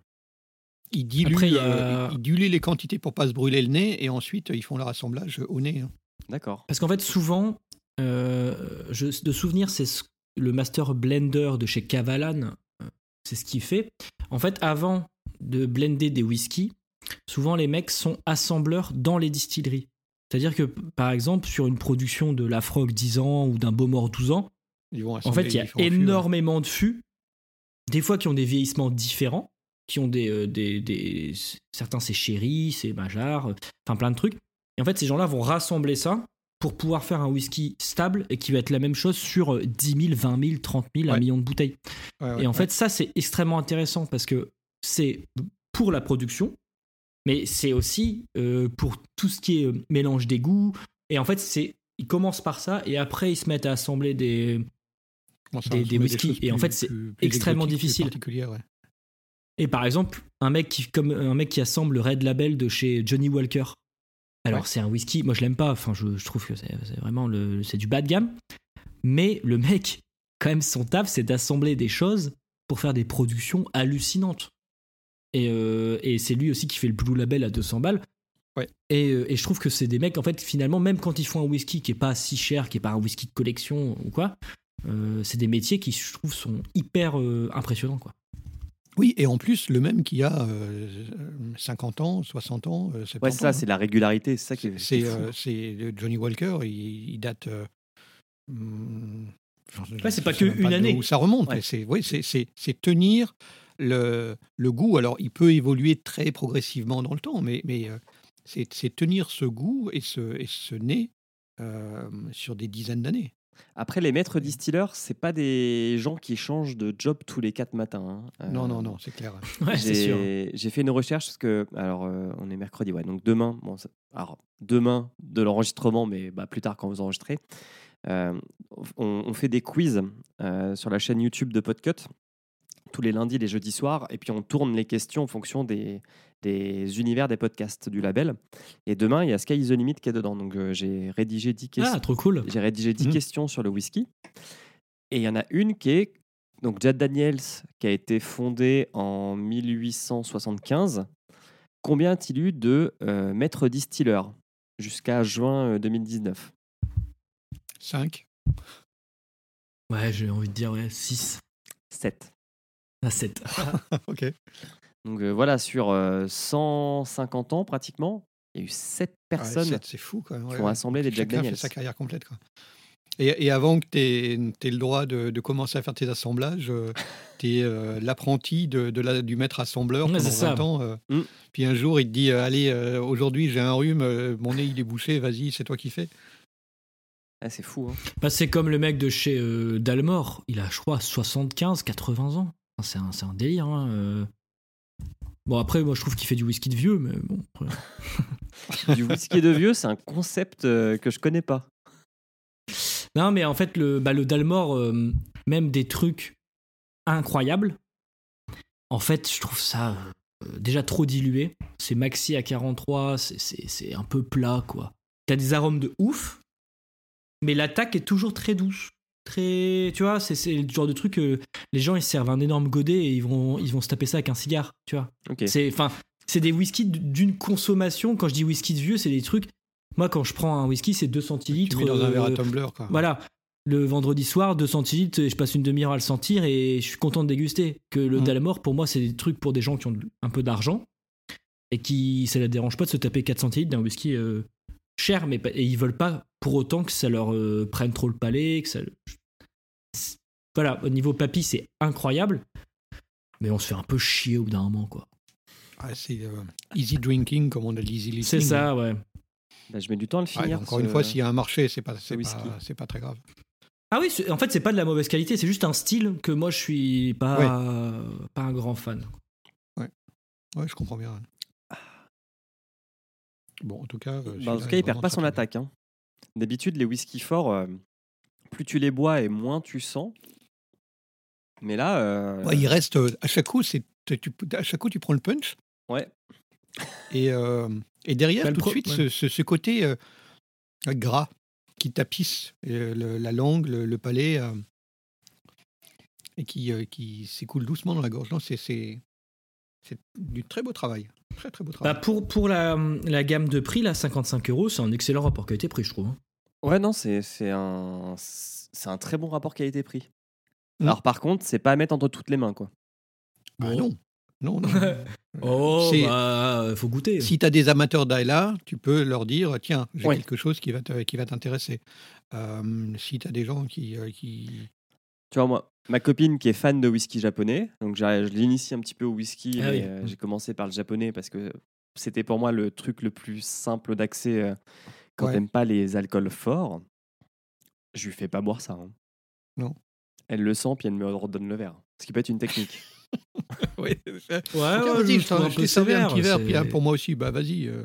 Ils diluent, Après, il y a- euh, ils diluent les quantités pour pas se brûler le nez et ensuite ils font leur assemblage au nez. hein. D'accord. Parce qu'en fait, souvent, euh, je, de souvenir, c'est ce- le master blender de chez Cavalan. euh, C'est ce qu'il fait. En fait, avant de blender des whiskies, souvent les mecs sont assembleurs dans les distilleries. C'est-à-dire que, par exemple, sur une production de Lafroig dix ans ou d'un Beaumort douze ans, Ils vont en assembler fait, il y a différents fûts, ouais. énormément de fûts, des fois qui ont des vieillissements différents, qui ont des, euh, des, des- certains c'est Sherry, c'est Majar, euh, enfin plein de trucs. Et en fait, ces gens-là vont rassembler ça pour pouvoir faire un whisky stable et qui va être la même chose sur euh, dix mille, vingt mille, trente mille, un Ouais. million de bouteilles. Ouais, ouais, Et en ouais. fait, ça, c'est extrêmement intéressant parce que c'est pour la production, mais c'est aussi euh, pour tout ce qui est euh, mélange des goûts. Et en fait, c'est, ils commencent par ça et après, ils se mettent à assembler des, Comment ça, des- on des met whiskies. choses Et en plus- fait, c'est plus- plus extrêmement exotiques, plus difficile. particulières, ouais. Et par exemple, un mec qui, comme un mec qui assemble le Red Label de chez Johnny Walker. Alors, Ouais. c'est un whisky, moi je l'aime pas, enfin, je, je trouve que c'est, c'est vraiment le, c'est du bas de gamme. Mais le mec, quand même, son taf, c'est d'assembler des choses pour faire des productions hallucinantes. Et, euh, et c'est lui aussi qui fait le Blue Label à deux cents balles. Ouais. Et, euh, et je trouve que c'est des mecs, en fait, finalement, même quand ils font un whisky qui est pas si cher, qui est pas un whisky de collection ou quoi, euh, c'est des métiers qui, je trouve, sont hyper euh, impressionnants, quoi. Oui, et en plus, le même qui a euh, cinquante ans, soixante ans, euh, soixante Ouais, ans. c'est ça, hein. c'est la régularité, c'est ça qui est, qui C'est est fou. euh, c'est le Johnny Walker, il, il date. euh, hum, je- je- Ouais, c'est je pas sais que même une de année. Où ça remonte. Ouais. mais C'est oui, c'est- c'est c'est tenir le, le goût. Alors, il peut évoluer très progressivement dans le temps, mais, mais euh, c'est c'est tenir ce goût et ce, et ce nez euh, sur des dizaines d'années. Après, les maîtres distilleurs, c'est pas des gens qui changent de job tous les quatre matins. hein. Non, Euh, non, non, c'est clair. Ouais, c'est sûr. J'ai j'ai fait une recherche parce que, alors, euh, on est mercredi, ouais, donc demain, bon, ça- alors, demain de l'enregistrement, mais bah, plus tard quand vous enregistrez, euh, on, on fait des quiz euh, sur la chaîne YouTube de Podcut tous les lundis, les jeudis soirs, et puis on tourne les questions en fonction des, des univers des podcasts du label. Et demain, il y a Sky is the Limit qui est dedans, donc euh, j'ai rédigé dix questions. Ah, trop cool. J'ai rédigé dix Mhm. questions sur le whisky. Et il y en a une qui est donc Jack Daniels, qui a été fondé en mille huit cent soixante-quinze. Combien a-t-il eu de euh, maîtres distilleurs jusqu'à juin euh, deux mille dix-neuf? cinq. Ouais, j'ai envie de dire ouais, six sept. à sept. Ok. Donc euh, voilà, sur euh, cent cinquante ans pratiquement, il y a eu sept personnes Ouais, sept, c'est fou quand même. qui ouais, ont ouais. assemblé les Jack Chacun Daniels. fait sa carrière complète. Quoi. Et, et avant que tu aies le droit de, de commencer à faire tes assemblages, tu es l'apprenti de, de la, du maître assembleur Ouais, pendant c'est ça. vingt ans. euh. Mm. Puis un jour, il te dit euh, allez, euh, aujourd'hui j'ai un rhume, euh, mon nez il est bouché, vas-y, c'est toi qui fais. Ah, c'est fou. Hein. Bah, c'est comme le mec de chez euh, Dalmor. Il a, je crois, soixante-quinze, quatre-vingts ans. Enfin, c'est un, c'est un délire. Hein, euh. Bon, après, moi, je trouve qu'il fait du whisky de vieux, mais bon. après. Du whisky de vieux, c'est un concept euh, que je connais pas. Non, mais en fait, le, bah, le Dalmor, euh, même des trucs incroyables, en fait, je trouve ça euh, déjà trop dilué. C'est maxi à quarante-trois, c'est- c'est c'est un peu plat, quoi. T'as des arômes de ouf, mais l'attaque est toujours très douce. très. Tu vois, c'est, c'est le genre de truc que les gens ils se servent un énorme godet et ils vont, ils vont se taper ça avec un cigare. Tu vois. Ok. C'est, enfin, c'est des whiskies d'une consommation. Quand je dis whisky de vieux, c'est des trucs. Moi, quand je prends un whisky, c'est deux centilitres. Tu mets dans un verre à euh, tumbler, quoi. Voilà. Le vendredi soir, deux centilitres, je passe une demi-heure à le sentir et je suis content de déguster. Que le Mm. Dalmore, pour moi, c'est des trucs pour des gens qui ont un peu d'argent et qui, ça ne les dérange pas de se taper quatre centilitres d'un whisky euh, cher, mais pas- et ils veulent pas pour autant que ça leur euh, prenne trop le palais. Que ça, c'est- voilà, au niveau papy, c'est incroyable, mais on se fait un peu chier au bout d'un moment, quoi. Ah, c'est euh, easy drinking, comme on a dit, easy listening. C'est ça, ouais. Bah, je mets du temps à le Ouais, finir. encore ce- une fois, s'il y a un marché, c'est pas, c'est whisky. pas, c'est pas très grave. Ah oui, c'est- en fait, c'est pas de la mauvaise qualité, c'est juste un style que moi, je suis pas, pas un grand fan. Ouais, je comprends bien. Bon, en tout cas. euh, Bah, en celui-là tout est cas, il perd vraiment pas très, son très attaque. hein. D'habitude, les whisky forts, euh, plus tu les bois et moins tu sens. Mais là, euh, bien. Ouais, il reste. euh, à chaque coup, c'est, tu, à chaque coup, tu prends le punch. ouais. Et, euh, et derrière, Bah, le tout pro- de suite, ouais. ce, ce, ce côté euh, gras qui tapisse euh, le- la langue, le, le palais, euh, et qui, euh, qui s'écoule doucement dans la gorge. Non, c'est, c'est, c'est du très beau travail. Très, très beau Bah, travail. pour pour la, la gamme de prix, là, cinquante-cinq euros, c'est un excellent rapport qualité-prix, je trouve. hein. Ouais, non, c'est c'est un, c'est un très bon rapport qualité-prix. Mm. Alors, par contre, c'est pas à mettre entre toutes les mains, quoi. Ah, bon. non. Non, non. Oh, C'est- bah, faut goûter. Si tu as des amateurs d'Ayla, tu peux leur dire tiens, j'ai Ouais. quelque chose qui va, te- qui va t'intéresser. Euh, si tu as des gens qui. euh, qui... Tu vois, moi, ma copine qui est fan de whisky japonais, donc j'ai- je l'initie un petit peu au whisky, Ah mais oui. euh, j'ai commencé par le japonais parce que c'était pour moi le truc le plus simple d'accès euh, quand Ouais. t'aimes pas les alcools forts. Je lui fais pas boire ça. hein. Non. Elle le sent, puis elle me redonne le verre. Ce qui peut être une technique. Oui, Ouais, Tiens, ouais, vas-y, je je, t'en- trouve un je peu hein, t'ai servi un sévère, petit verre, c'est- puis un pour moi aussi. Bah vas-y. euh.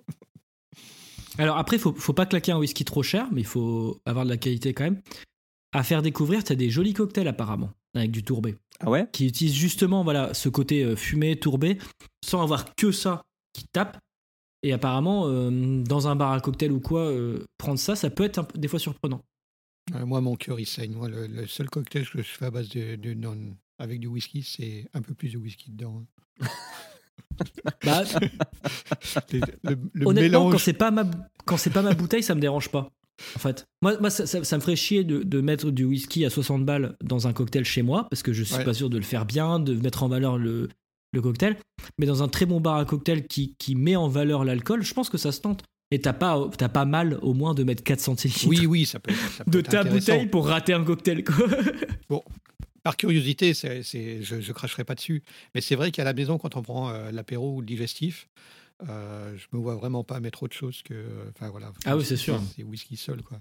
Alors après, faut, faut pas claquer un whisky trop cher, mais il faut avoir de la qualité quand même. À faire découvrir, tu as des jolis cocktails apparemment, avec du tourbé, Ah ouais? qui utilisent justement voilà, ce côté euh, fumé, tourbé, sans avoir que ça qui tape. Et apparemment, euh, dans un bar à cocktail ou quoi, euh, prendre ça, ça peut être un peu- des fois surprenant. Euh, moi, mon cœur, il saigne. Moi, le, le seul cocktail que je fais à base de, de non- avec du whisky, c'est un peu plus de whisky dedans. hein. Bah, Le, le- le honnêtement, quand mélange. c'est pas ma quand c'est pas ma bouteille, ça me dérange pas. En fait, moi, moi ça, ça- ça me ferait chier de, de mettre du whisky à soixante balles dans un cocktail chez moi parce que je suis Ouais. pas sûr de le faire bien, de mettre en valeur le, le cocktail. Mais dans un très bon bar à cocktail qui, qui met en valeur l'alcool, je pense que ça se tente. Et t'as pas t'as pas mal au moins de mettre quatre centilitres Oui, oui, ça peut être, ça peut de être ta intéressant. bouteille pour rater un cocktail. Quoi. Par curiosité, c'est, c'est- je ne cracherai pas dessus. Mais c'est vrai qu'à la maison, quand on prend euh, l'apéro ou le digestif, euh, je me vois vraiment pas mettre autre chose que. Enfin voilà. Ah oui, c'est sûr. C'est whisky seul, quoi.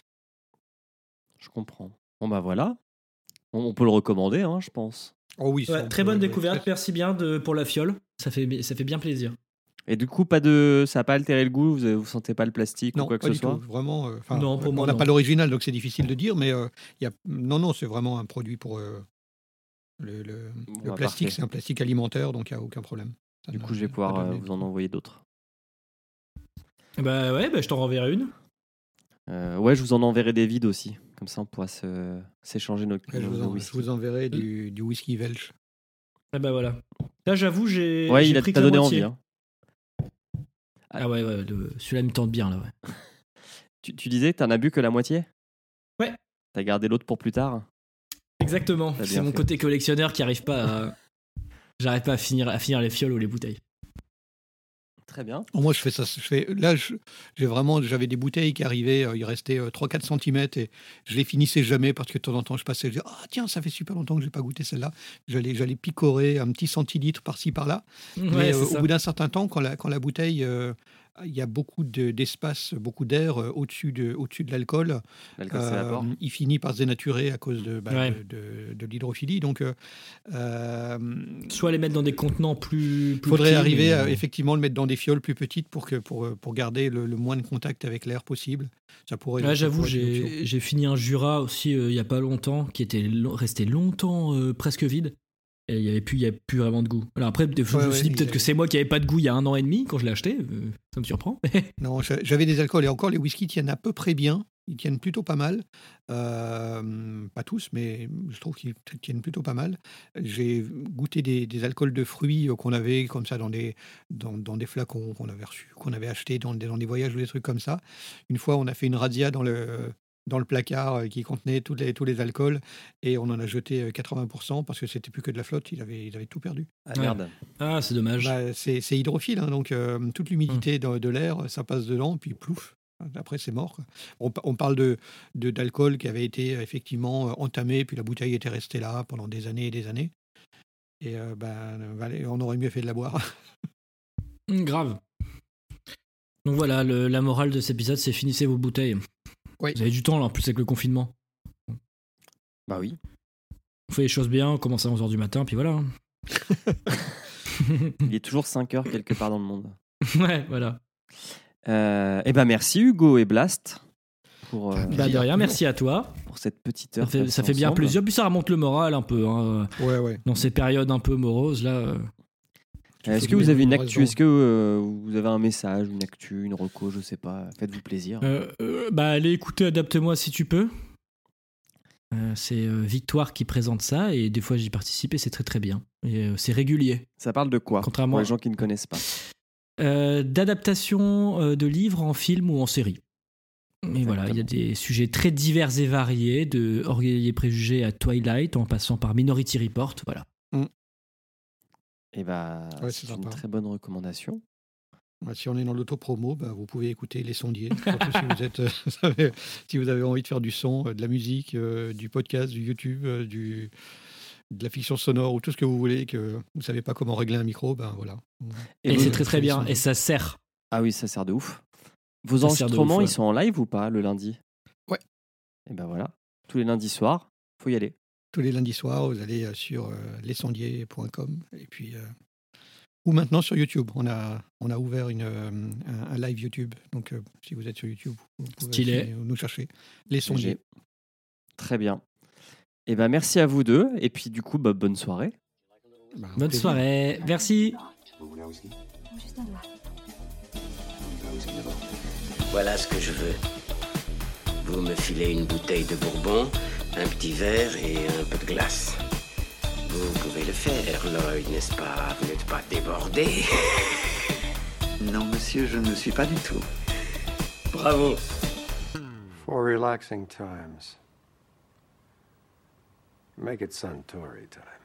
Je comprends. Bon, bah voilà. On, on peut le recommander, hein, je pense. Oh oui, ça, Ouais, on très peut- bonne ouais, découverte, très- merci bien de, pour la fiole. Ça fait, ça fait bien plaisir. Et du coup, pas de, ça n'a pas altéré le goût, vous, vous sentez pas le plastique Non, ou quoi que pas ce du soit? tout. Vraiment. euh, enfin, Non, pour on moi, n'a non. pas l'original, donc c'est difficile de dire, mais euh, il y a... non, non, c'est vraiment un produit pour. euh, le le- Bon, le bah, plastique, parfait. c'est un plastique alimentaire, donc il n'y a aucun problème. Ça Du n'a- coup, je vais pas pouvoir de- euh, vous en envoyer d'autres. Bah ouais, bah, je t'en renverrai une. Euh, ouais, je vous en enverrai des vides aussi. Comme ça, on pourra se, s'échanger nos, Ouais, je, nos vous en- je whisky. vous enverrai du, du whisky belge. Ah bah voilà. Là, j'avoue, j'ai. Ouais, j'ai il a pris que t'a la donné moitié. envie. hein. Ah ouais, ouais, le- celui-là me tente bien là. Ouais. Tu, tu disais que t'en as bu que la moitié? Ouais. T'as gardé l'autre pour plus tard? Exactement. T'as C'est bien mon fait. côté collectionneur qui arrive pas à. J'arrive pas à finir, à finir les fioles ou les bouteilles. Très bien. Oh, moi, je fais ça. Je fais, là, je- j'ai vraiment, j'avais des bouteilles qui arrivaient, euh, il restait euh, trois quatre centimètres et je les finissais jamais parce que de temps en temps, je passais, je disais, ah tiens, ça fait super longtemps que j'ai pas goûté celle-là. J'allais, j'allais picorer un petit centilitre par-ci, par-là. Ouais, Mais c'est euh, ça. au bout d'un certain temps, quand la, quand la bouteille, euh, il y a beaucoup de- d'espace, beaucoup d'air euh, au-dessus de, au-dessus de l'alcool, L'alcool euh, s'évapore. il finit par se dénaturer à cause de, bah, Ouais. de, de- de l'hydrophilie. Donc, euh, euh, Soit les mettre dans des contenants plus. il plus faudrait petits, arriver mais, à euh, effectivement le mettre dans des fioles plus petites pour, que, pour, euh, pour garder le, le moins de contact avec l'air possible. Ça pourrait. Ouais, ça j'avoue, pourrait être une option. j'ai j'ai fini un Jura aussi euh, il y a pas longtemps qui était lo- resté longtemps euh, presque vide. Et il y avait plus, il y avait plus vraiment de goût. Alors après, je Ouais, me suis dit ouais, peut-être il- que c'est moi qui n'avais pas de goût il y a un an et demi quand je l'ai acheté. Euh, ça me surprend. Non, j'a- j'avais des alcools et encore les whiskies tiennent à peu près bien. Ils tiennent plutôt pas mal. Euh, pas tous, mais je trouve qu'ils t- tiennent plutôt pas mal. J'ai goûté des, des alcools de fruits euh, qu'on avait comme ça dans des, dans, dans des flacons qu'on avait reçus, qu'on avait achetés dans des, dans des voyages ou des trucs comme ça. Une fois, on a fait une razzia dans le, dans le placard euh, qui contenait tous les, tous les alcools et on en a jeté euh, quatre-vingts pour cent parce que c'était plus que de la flotte. Ils avaient, ils avaient tout perdu. Ah merde. Ah, c'est dommage. Bah, c'est c'est hydrophile, hein, donc euh, toute l'humidité de, de l'air, ça passe dedans, puis plouf, après c'est mort, quoi. On, pa- on parle de, de- d'alcool qui avait été euh, effectivement euh, entamé, puis la bouteille était restée là pendant des années et des années. Et euh, ben, valait- on aurait mieux fait de la boire. Hum, grave. Donc voilà, le- la morale de cet épisode, c'est finissez vos bouteilles. Oui. Vous avez du temps là, en plus avec le confinement. Bah oui. On fait les choses bien, on commence à onze heures du matin, puis voilà. Il est toujours cinq heures quelque part dans le monde. Ouais, voilà. Euh, et ben merci Hugo et Blast pour, euh, Bah de rien, merci à toi. pour cette petite Ça heure. fait, passée ça fait bien ensemble. plaisir. Puis ça remonte le moral un peu. Hein. Ouais, ouais. Dans ces périodes un peu moroses, là. euh, Euh, Est-ce faut que vous donner avez une raison. actu? Est-ce que euh, vous avez un message, une actu, une reco? Je sais pas. Faites-vous plaisir. Euh, euh, bah allez écouter Adapte-moi si tu peux. Euh, c'est euh, Victoire qui présente ça et des fois j'y participe et c'est très très bien. Et euh, c'est régulier. Ça parle de quoi Contrairement- pour les gens qui ne connaissent pas? Euh, d'adaptation euh, de livres en film ou en série. Et voilà, il y a des sujets très divers et variés, de Orgueil et Préjugés à Twilight, en passant par Minority Report. Voilà. Et bah, Ouais, c'est c'est une sympa. très bonne recommandation. Ouais, si on est dans l'autopromo, bah, vous pouvez écouter Les Sondiers. Surtout si vous, êtes, euh, vous savez, si vous avez envie de faire du son, euh, de la musique, euh, du podcast, du YouTube, euh, du, de la fiction sonore ou tout ce que vous voulez, que vous ne savez pas comment régler un micro, ben voilà. Et, vous- c'est très très Les bien. Sondiers. Et ça sert. Ah oui, ça sert de ouf. Vos Ça sert de enregistrements, ouf, ouais. ils sont en live ou pas le lundi? Ouais. Et ben voilà, tous les lundis soirs, faut y aller. Tous les lundis soirs, vous allez euh, sur euh, lesondiers point com et puis euh, ou maintenant sur YouTube. On a, on a ouvert une, euh, un, un live YouTube. Donc, euh, si vous êtes sur YouTube, vous pouvez Stylé. aussi nous chercher. Les Sondiers. Très bien. Et ben merci à vous deux. Et puis du coup, bah, bonne soirée. Ben, Bonne plaisir. soirée. Merci. Vous voulez un whisky? Juste un verre. Un whisky d'abord. Voilà ce que je veux. Vous me filez une bouteille de bourbon, un petit verre et un peu de glace. Vous pouvez le faire, Lloyd, n'est-ce pas? Vous n'êtes pas débordé? Non, monsieur, je ne le suis pas du tout. Bravo. For relaxing times, make it Suntory time.